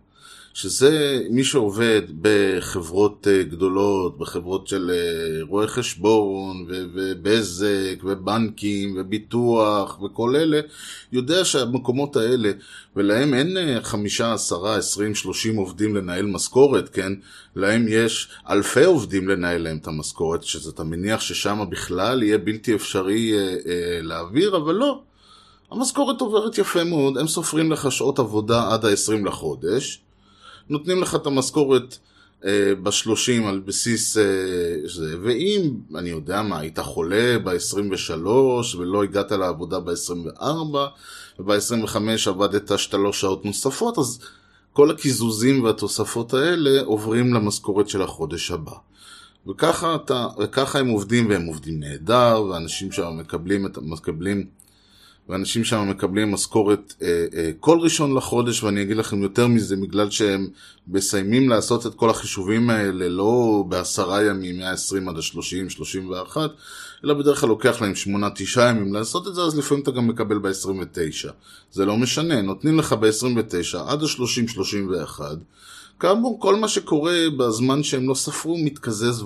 שזה מי שעובד בחברות גדולות, בחברות של רואי חשבון ובזק ובנקים וביטוח וכל אלה, יודע שהמקומות האלה, ולהם אין חמישה, עשרה, עשרים, שלושים עובדים לנהל משכורת, כן? להם יש אלפי עובדים לנהל להם את המשכורת, שזה אתה מניח ששם בכלל יהיה בלתי אפשרי אה, אה, להעביר, אבל לא. המשכורת עוברת יפה מאוד, הם סופרים לך שעות עבודה עד ה-עשרים לחודש, נותנים לך את המשכורת אה, ב-שלושים על בסיס אה, זה, ואם, אני יודע מה, היית חולה ב-עשרים ושלוש ולא הגעת לעבודה ב-עשרים וארבע, וב-עשרים וחמש עבדת שלוש שעות נוספות, אז כל הקיזוזים והתוספות האלה עוברים למשכורת של החודש הבא. וככה, אתה, וככה הם עובדים, והם עובדים נהדר, ואנשים שם מקבלים את מקבלים ואנשים שם מקבלים משכורת אה, אה, כל ראשון לחודש, ואני אגיד לכם יותר מזה, בגלל שהם מסיימים לעשות את כל החישובים האלה, לא בעשרה ימים, מ-עשרים עד ה-שלושים, שלושים ואחת, אלא בדרך כלל לוקח להם שמונה, תשעה ימים לעשות את זה, אז לפעמים אתה גם מקבל ב-עשרים ותשע. זה לא משנה, נותנים לך ב-עשרים ותשע עד ה-שלושים, שלושים ואחת. כאמור, כל מה שקורה בזמן שהם לא ספרו, מתקזז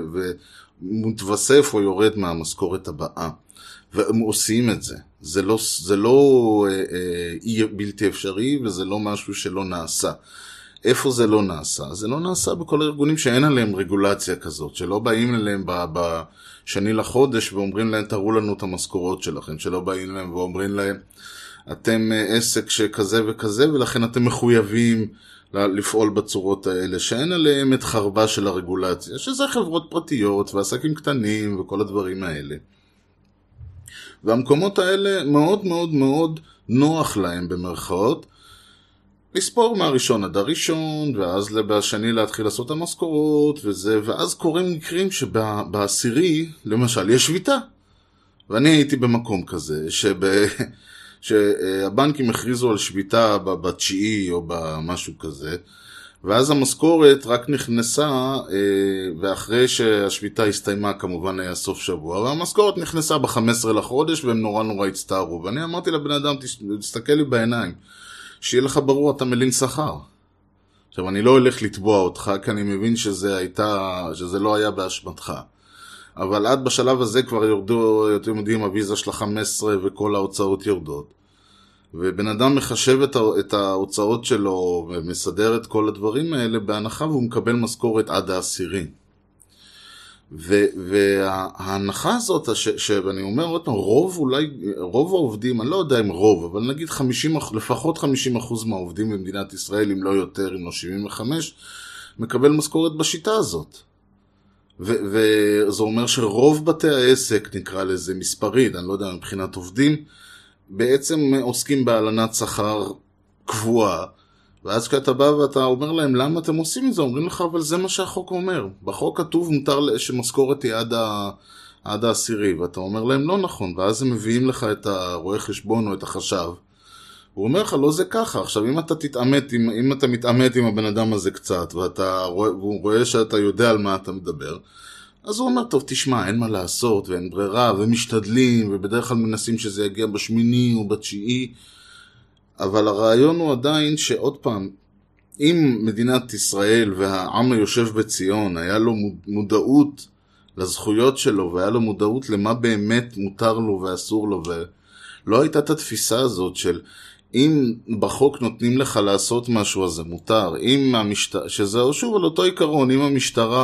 ומתווסף או יורד מהמשכורת הבאה. והם עושים את זה. זה לא, זה לא אה, אה, בלתי אפשרי, וזה לא משהו שלא נעשה. איפה זה לא נעשה? זה לא נעשה בכל הארגונים שאין עליהם רגולציה כזאת, שלא באים אליהם בשני לחודש ואומרים להם, תראו לנו את המשכורות שלכם, שלא באים להם ואומרים להם, אתם עסק שכזה וכזה, ולכן אתם מחויבים לפעול בצורות האלה, שאין עליהם את חרבה של הרגולציה, שזה חברות פרטיות ועסקים קטנים וכל הדברים האלה. והמקומות האלה מאוד מאוד מאוד נוח להם במרכאות, לספור מהראשון עד הראשון, ואז בשני להתחיל לעשות את המשכורות, וזה, ואז קוראים מקרים שבעשירי, למשל, יש שביתה. ואני הייתי במקום כזה, שב... שהבנקים הכריזו על שביתה בתשיעי או במשהו כזה, ואז המשכורת רק נכנסה, ואחרי שהשביתה הסתיימה כמובן היה סוף שבוע, והמשכורת נכנסה ב-חמישה עשר לחודש, והם נורא נורא הצטערו. ואני אמרתי לבן אדם, תסתכל לי בעיניים, שיהיה לך ברור, אתה מלין שכר. עכשיו, אני לא הולך לתבוע אותך, כי אני מבין שזה, הייתה, שזה לא היה באשמתך. אבל עד בשלב הזה כבר יורדו, אתם יודעים, הוויזה של ה-חמש עשרה וכל ההוצאות יורדות. ובן אדם מחשב את ההוצאות שלו ומסדר את כל הדברים האלה בהנחה, והוא מקבל משכורת עד העשירי. וההנחה הזאת, שאני אומר עוד פעם, רוב אולי, רוב העובדים, אני לא יודע אם רוב, אבל נגיד חמישים, לפחות חמישים אחוז מהעובדים במדינת ישראל, אם לא יותר, אם לא שבעים וחמש, מקבל משכורת בשיטה הזאת. וזה אומר שרוב בתי העסק, נקרא לזה מספרית, אני לא יודע, מבחינת עובדים, בעצם עוסקים בהלנת שכר קבועה, ואז כשאתה בא ואתה אומר להם, למה אתם עושים את זה? אומרים לך, אבל זה מה שהחוק אומר. בחוק כתוב מותר שמשכורת היא עד, ה... עד העשירי, ואתה אומר להם, לא נכון, ואז הם מביאים לך את הרואה חשבון או את החשב, הוא אומר לך, לא זה ככה. עכשיו, אם אתה תתאמת, אם, אם אתה מתאמת עם הבן אדם הזה קצת, ואתה רואה, והוא רואה שאתה יודע על מה אתה מדבר, אז הוא אומר, טוב, תשמע, אין מה לעשות, ואין ברירה, ומשתדלים, ובדרך כלל מנסים שזה יגיע בשמיני או בתשיעי, אבל הרעיון הוא עדיין שעוד פעם, אם מדינת ישראל והעם היושב בציון, היה לו מודעות לזכויות שלו, והיה לו מודעות למה באמת מותר לו ואסור לו, ולא הייתה את התפיסה הזאת של, אם בחוק נותנים לך לעשות משהו, אז זה מותר. אם המשטרה, שזה שוב על אותו עיקרון, אם המשטרה,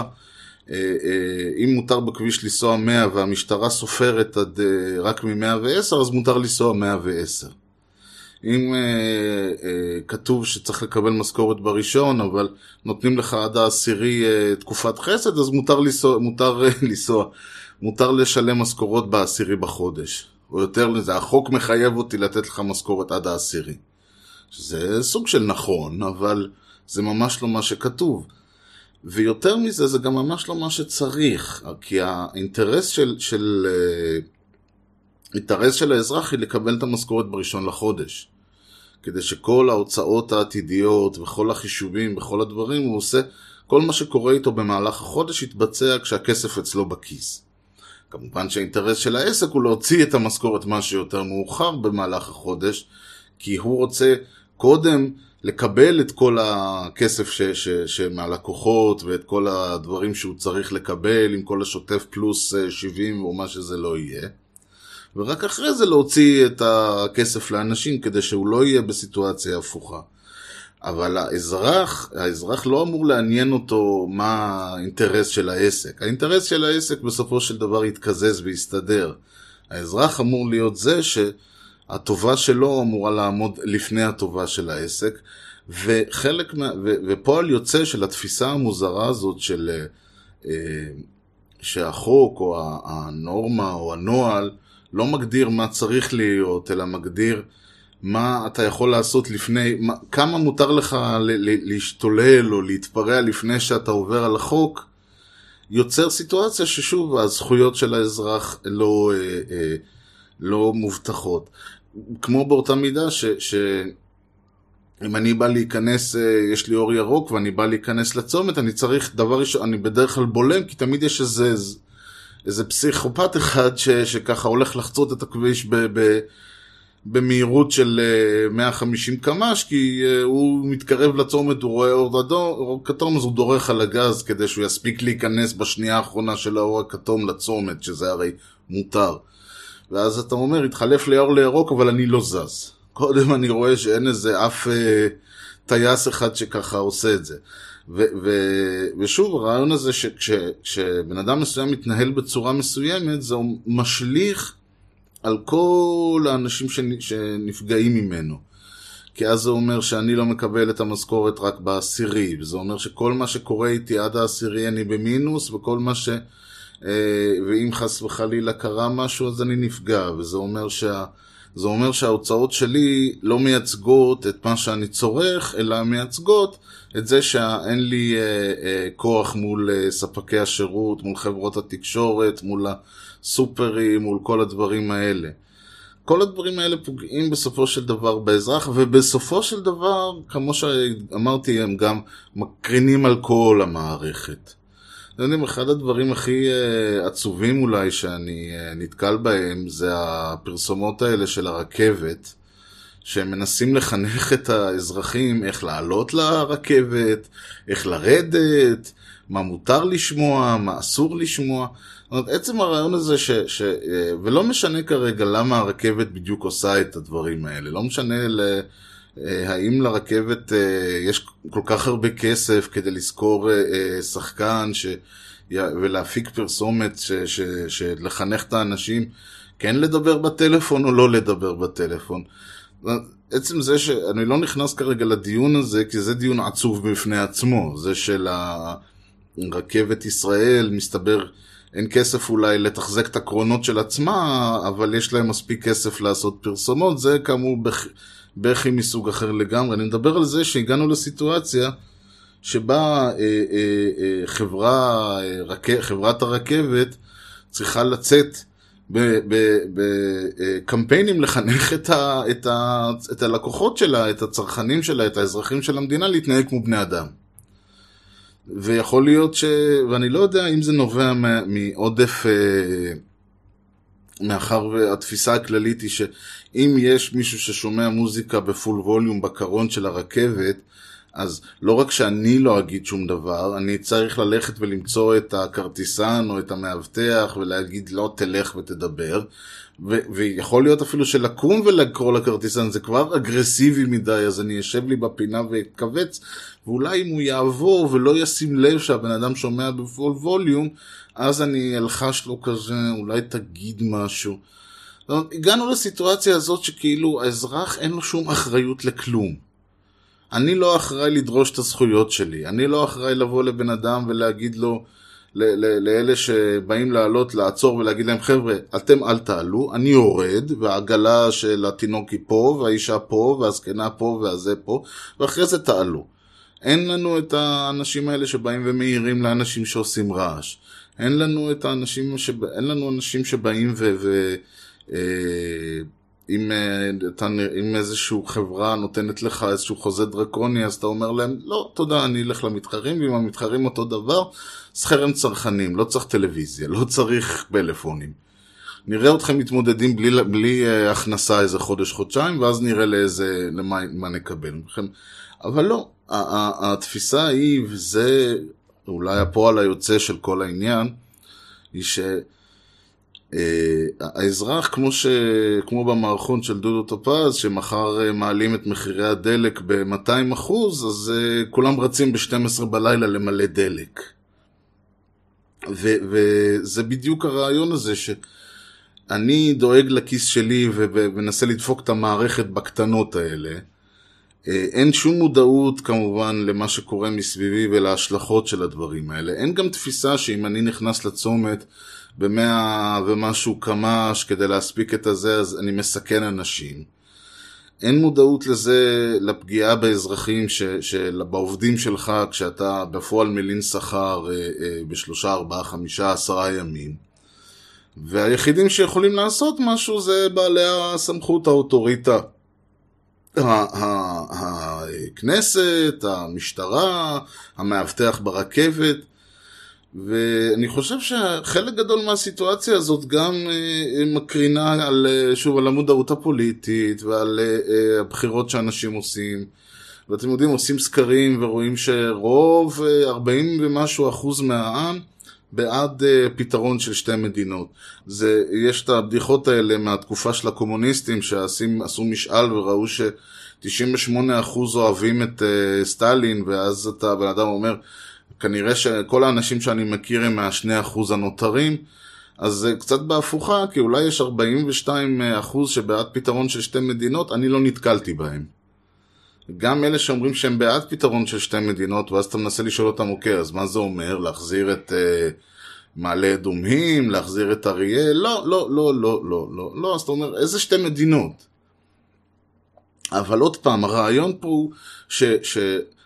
אם מותר בכביש לנסוע מאה, והמשטרה סופרת עד רק מ-מאה ועשר, אז מותר לנסוע מאה ועשר. אם אה, אה, כתוב שצריך לקבל משכורת בראשון, אבל נותנים לך עד העשירי אה, תקופת חסד, אז מותר לנסוע, מותר, אה, לנסוע, מותר לשלם משכורות בעשירי בחודש. או יותר לזה, החוק מחייב אותי לתת לך משכורת עד העשירי. שזה סוג של נכון, אבל זה ממש לא מה שכתוב. ויותר מזה, זה גם ממש לא מה שצריך, כי האינטרס של... של אה, האינטרס של האזרח היא לקבל את המשכורת בראשון לחודש. כדי שכל ההוצאות העתידיות וכל החישובים וכל הדברים הוא עושה, כל מה שקורה איתו במהלך החודש יתבצע כשהכסף אצלו בכיס. כמובן שהאינטרס של העסק הוא להוציא את המשכורת מה שיותר מאוחר במהלך החודש, כי הוא רוצה קודם לקבל את כל הכסף ש- ש- שמהלקוחות ואת כל הדברים שהוא צריך לקבל עם כל השוטף פלוס שבעים או מה שזה לא יהיה. ורק אחרי זה להוציא את הכסף לאנשים כדי שהוא לא יהיה בסיטואציה הפוכה. אבל האזרח, האזרח לא אמור לעניין אותו מה האינטרס של העסק. האינטרס של העסק בסופו של דבר יתקזז ויסתדר. האזרח אמור להיות זה שהטובה שלו אמורה לעמוד לפני הטובה של העסק, וחלק מה, ו, ופועל יוצא של התפיסה המוזרה הזאת של שהחוק או הנורמה או הנוהל לא מגדיר מה צריך להיות, אלא מגדיר מה אתה יכול לעשות לפני, מה, כמה מותר לך ל, ל, להשתולל או להתפרע לפני שאתה עובר על החוק, יוצר סיטואציה ששוב הזכויות של האזרח לא, אה, אה, לא מובטחות. כמו באותה מידה ש, ש, אם אני בא להיכנס, יש לי אור ירוק ואני בא להיכנס לצומת, אני צריך דבר ראשון, אני בדרך כלל בולם, כי תמיד יש איזה... איזה פסיכופת אחד ש, שככה הולך לחצות את הכביש ב, ב, במהירות של מאה וחמישים קמ"ש, כי הוא מתקרב לצומת, הוא רואה אור אדום, אור כתום, אז הוא דורך על הגז כדי שהוא יספיק להיכנס בשנייה האחרונה של האור הכתום לצומת, שזה הרי מותר. ואז אתה אומר, התחלף לי אור לירוק, אבל אני לא זז. קודם אני רואה שאין איזה אף אה, טייס אחד שככה עושה את זה. ו- ו- ושוב, הרעיון הזה שכשבן אדם מסוים מתנהל בצורה מסוימת, זה משליך על כל האנשים שנפגעים ממנו. כי אז זה אומר שאני לא מקבל את המשכורת רק בעשירי, וזה אומר שכל מה שקורה איתי עד העשירי אני במינוס, וכל מה ש... ואם חס וחלילה קרה משהו, אז אני נפגע, וזה אומר שה... זה אומר שההוצאות שלי לא מייצגות את מה שאני צורך, אלא מייצגות את זה שאין לי אה, אה, כוח מול אה, ספקי השירות, מול חברות התקשורת, מול הסופרים, מול כל הדברים האלה. כל הדברים האלה פוגעים בסופו של דבר באזרח, ובסופו של דבר, כמו שאמרתי, הם גם מקרינים על כל המערכת. אתם יודעים, אחד הדברים הכי uh, עצובים אולי שאני uh, נתקל בהם, זה הפרסומות האלה של הרכבת, שהם מנסים לחנך את האזרחים איך לעלות לרכבת, איך לרדת, מה מותר לשמוע, מה אסור לשמוע. זאת אומרת, עצם הרעיון הזה, ש, ש, uh, ולא משנה כרגע למה הרכבת בדיוק עושה את הדברים האלה, לא משנה ל... האם לרכבת יש כל כך הרבה כסף כדי לזכור שחקן ש... ולהפיק פרסומת ש... ש... שלחנך את האנשים כן לדבר בטלפון או לא לדבר בטלפון. עצם זה שאני לא נכנס כרגע לדיון הזה, כי זה דיון עצוב בפני עצמו. זה של הרכבת ישראל, מסתבר אין כסף אולי לתחזק את הקרונות של עצמה, אבל יש להם מספיק כסף לעשות פרסומות. זה כאמור בח... בכי מסוג אחר לגמרי. אני מדבר על זה שהגענו לסיטואציה שבה אה, אה, אה, חברה, אה, רכ... חברת הרכבת צריכה לצאת בקמפיינים לחנך את, ה, את, ה, את הלקוחות שלה, את הצרכנים שלה, את האזרחים של המדינה להתנהג כמו בני אדם. ויכול להיות ש... ואני לא יודע אם זה נובע מעודף, מאחר והתפיסה הכללית היא שאם יש מישהו ששומע מוזיקה בפול ווליום בקרון של הרכבת, אז לא רק שאני לא אגיד שום דבר, אני צריך ללכת ולמצוא את הכרטיסן או את המאבטח ולהגיד לא תלך ותדבר, ו- ויכול להיות אפילו שלקום ולקרוא לכרטיסן זה כבר אגרסיבי מדי, אז אני אשב לי בפינה ואתכווץ, ואולי אם הוא יעבור ולא ישים לב שהבן אדם שומע בפול ווליום, אז אני אלחש לו כזה, אולי תגיד משהו. זאת אומרת, הגענו לסיטואציה הזאת שכאילו האזרח אין לו שום אחריות לכלום. אני לא אחראי לדרוש את הזכויות שלי, אני לא אחראי לבוא לבן אדם ולהגיד לו, לאלה שבאים לעלות, לעצור ולהגיד להם, חבר'ה, אתם אל תעלו, אני יורד, והעגלה של התינוק היא פה, והאישה פה, והזקנה פה, והזה פה, ואחרי זה תעלו. אין לנו את האנשים האלה שבאים ומאירים לאנשים שעושים רעש. אין לנו את האנשים, שבא, אין לנו אנשים שבאים ו... ו אה, אם, אם איזשהו חברה נותנת לך איזשהו חוזה דרקוני, אז אתה אומר להם, לא, תודה, אני אלך למתחרים, ואם המתחרים אותו דבר, אז חרם צרכנים, לא צריך טלוויזיה, לא צריך פלאפונים. נראה אתכם מתמודדים בלי, בלי הכנסה איזה חודש, חודשיים, ואז נראה לאיזה, למה מה נקבל. אבל לא, התפיסה היא, וזה אולי הפועל היוצא של כל העניין, היא ש... האזרח, כמו, ש... כמו במערכון של דודו טופז, שמחר מעלים את מחירי הדלק ב-מאתיים אחוז, אז uh, כולם רצים ב-שתים עשרה בלילה למלא דלק. ו... וזה בדיוק הרעיון הזה, שאני דואג לכיס שלי ומנסה לדפוק את המערכת בקטנות האלה. אין שום מודעות כמובן למה שקורה מסביבי ולהשלכות של הדברים האלה. אין גם תפיסה שאם אני נכנס לצומת במאה ומשהו קמש כדי להספיק את הזה, אז אני מסכן אנשים. אין מודעות לזה, לפגיעה באזרחים, ש, של, בעובדים שלך, כשאתה בפועל מלין שכר אה, אה, בשלושה, ארבעה, חמישה, עשרה ימים. והיחידים שיכולים לעשות משהו זה בעלי הסמכות, האוטוריטה. הכנסת, המשטרה, המאבטח ברכבת. ואני חושב שחלק גדול מהסיטואציה הזאת גם מקרינה על, שוב, על המודעות הפוליטית ועל הבחירות שאנשים עושים. ואתם יודעים, עושים סקרים ורואים שרוב ארבעים ומשהו אחוז מהעם בעד פתרון של שתי מדינות. זה, יש את הבדיחות האלה מהתקופה של הקומוניסטים שעשו משאל וראו ש-תשעים ושמונה אחוז אוהבים את סטלין, ואז אתה, בן אדם אומר, כנראה שכל האנשים שאני מכיר הם מהשני אחוז הנותרים, אז זה קצת בהפוכה, כי אולי יש ארבעים ושתיים אחוז שבעד פתרון של שתי מדינות, אני לא נתקלתי בהם. גם אלה שאומרים שהם בעד פתרון של שתי מדינות, ואז אתה מנסה לשאול אותם, אוקיי, אז מה זה אומר? להחזיר את uh, מעלה אדומים, להחזיר את אריאל? לא, לא, לא, לא, לא, לא, לא, אז אתה אומר, איזה שתי מדינות? אבל עוד פעם, הרעיון פה הוא ש... ש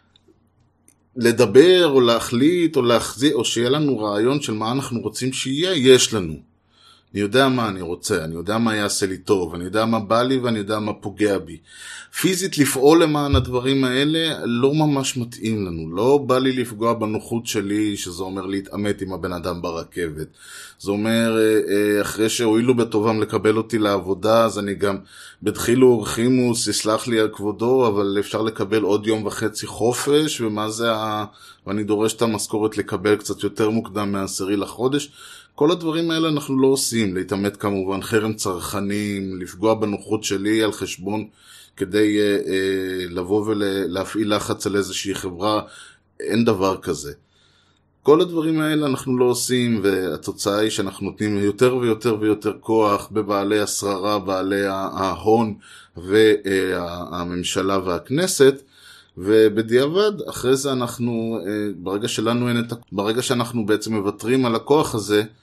לדבר או להחליט או להחזיר, או שיהיה לנו רעיון של מה אנחנו רוצים שיהיה, יש לנו. אני יודע מה אני רוצה, אני יודע מה יעשה לי טוב, אני יודע מה בא לי ואני יודע מה פוגע בי. פיזית לפעול למען הדברים האלה לא ממש מתאים לנו. לא בא לי לפגוע בנוחות שלי, שזה אומר להתאמת עם הבן אדם ברכבת. זה אומר, אחרי שהועילו בטובם לקבל אותי לעבודה, אז אני גם בדחילו ורחימוס, יסלח לי על כבודו, אבל אפשר לקבל עוד יום וחצי חופש, ומה זה ה... ואני דורש את המשכורת לקבל קצת יותר מוקדם מהעשירי לחודש. כל הדברים האלה אנחנו לא עושים, להתאמת כמובן, חרם צרכנים, לפגוע בנוחות שלי על חשבון, כדי אה, אה, לבוא ולהפעיל לחץ על איזושהי חברה, אין דבר כזה. כל הדברים האלה אנחנו לא עושים, והתוצאה היא שאנחנו נותנים יותר ויותר ויותר כוח בבעלי השררה, בעלי ההון והממשלה והכנסת, ובדיעבד, אחרי זה אנחנו, ברגע שלנו אין את, ברגע שאנחנו בעצם מבטרים על הכוח הזה,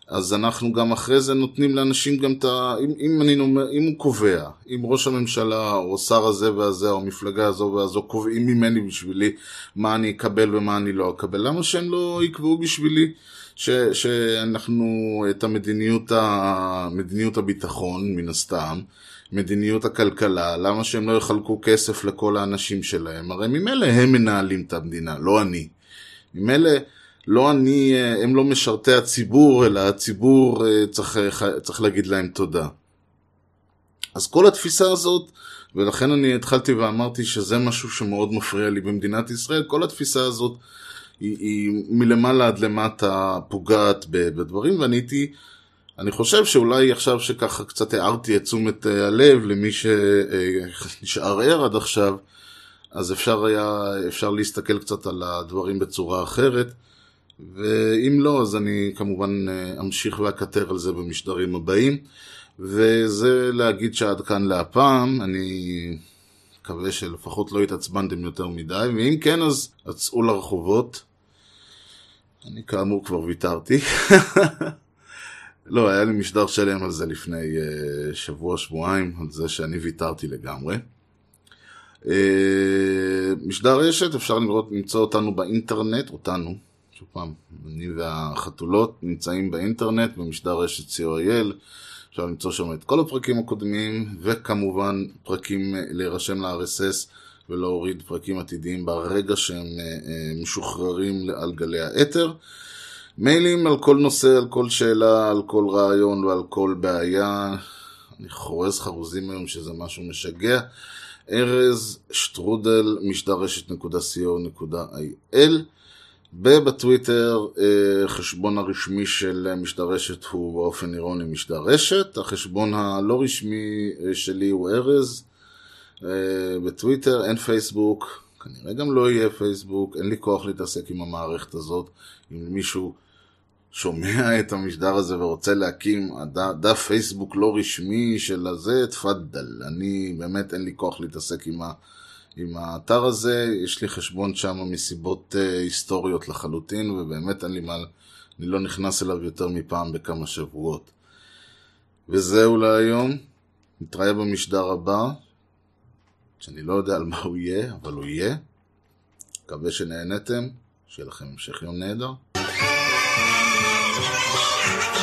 אז אנחנו גם אחרי זה נותנים לאנשים גם את ה... אם, אם, אני נאמר, אם הוא קובע, אם ראש הממשלה או שר הזה והזה או המפלגה הזו והזו קובעים ממני בשבילי מה אני אקבל ומה אני לא אקבל, למה שהם לא יקבעו בשבילי ש, שאנחנו את המדיניות, ה, מדיניות הביטחון מן הסתם, מדיניות הכלכלה, למה שהם לא יחלקו כסף לכל האנשים שלהם? הרי ממילא הם מנהלים את המדינה, לא אני. ממילא לא אני, הם לא משרתי הציבור, אלא הציבור צריך, צריך להגיד להם תודה. אז כל התפיסה הזאת, ולכן אני התחלתי ואמרתי שזה משהו שמאוד מפריע לי במדינת ישראל, כל התפיסה הזאת היא, היא מלמעלה עד למטה פוגעת בדברים, ואני הייתי, אני חושב שאולי עכשיו שככה קצת הערתי את תשומת הלב למי שנשאר ער עד עכשיו, אז אפשר היה, אפשר להסתכל קצת על הדברים בצורה אחרת, ואם לא, אז אני כמובן אמשיך ואקטר על זה במשדרים הבאים, וזה להגיד שעד כאן להפעם, אני מקווה שלפחות לא התעצבנתם יותר מדי, ואם כן, אז הצאו לרחובות. אני כאמור כבר ויתרתי. לא, היה לי משדר שלם על זה לפני שבוע, שבועיים, על זה שאני ויתרתי לגמרי. משדר רשת, אפשר לראות, למצוא אותנו באינטרנט, אותנו, שוב פעם, אני והחתולות נמצאים באינטרנט, במשדר רשת סי או איי אל, אפשר למצוא שם את כל הפרקים הקודמים, וכמובן פרקים להירשם ל-אר אס אס ולהוריד פרקים עתידיים ברגע שהם משוחררים על גלי האתר. מיילים על כל נושא, על כל שאלה, על כל רעיון ועל כל בעיה. אני חורז חרוזים היום שזה משהו משגע. ארז שטרודל משדר רשת נקודה סי או נקודה איי אל. ובטוויטר חשבון הרשמי של משדר רשת הוא באופן אירוני משדר רשת. החשבון הלא רשמי שלי הוא ארז. בטוויטר אין פייסבוק, כנראה גם לא יהיה פייסבוק, אין לי כוח להתעסק עם המערכת הזאת. אם מישהו שומע את המשדר הזה ורוצה להקים דף פייסבוק לא רשמי של הזה, תפדל. אני באמת אין לי כוח להתעסק עם ה... עם האתר הזה, יש לי חשבון שם מסיבות uh, היסטוריות לחלוטין, ובאמת אין לי מה, אני לא נכנס אליו יותר מפעם בכמה שבועות. וזהו להיום, נתראה במשדר הבא, שאני לא יודע על מה הוא יהיה, אבל הוא יהיה. מקווה שנהנתם, שיהיה לכם המשך יום נהדר.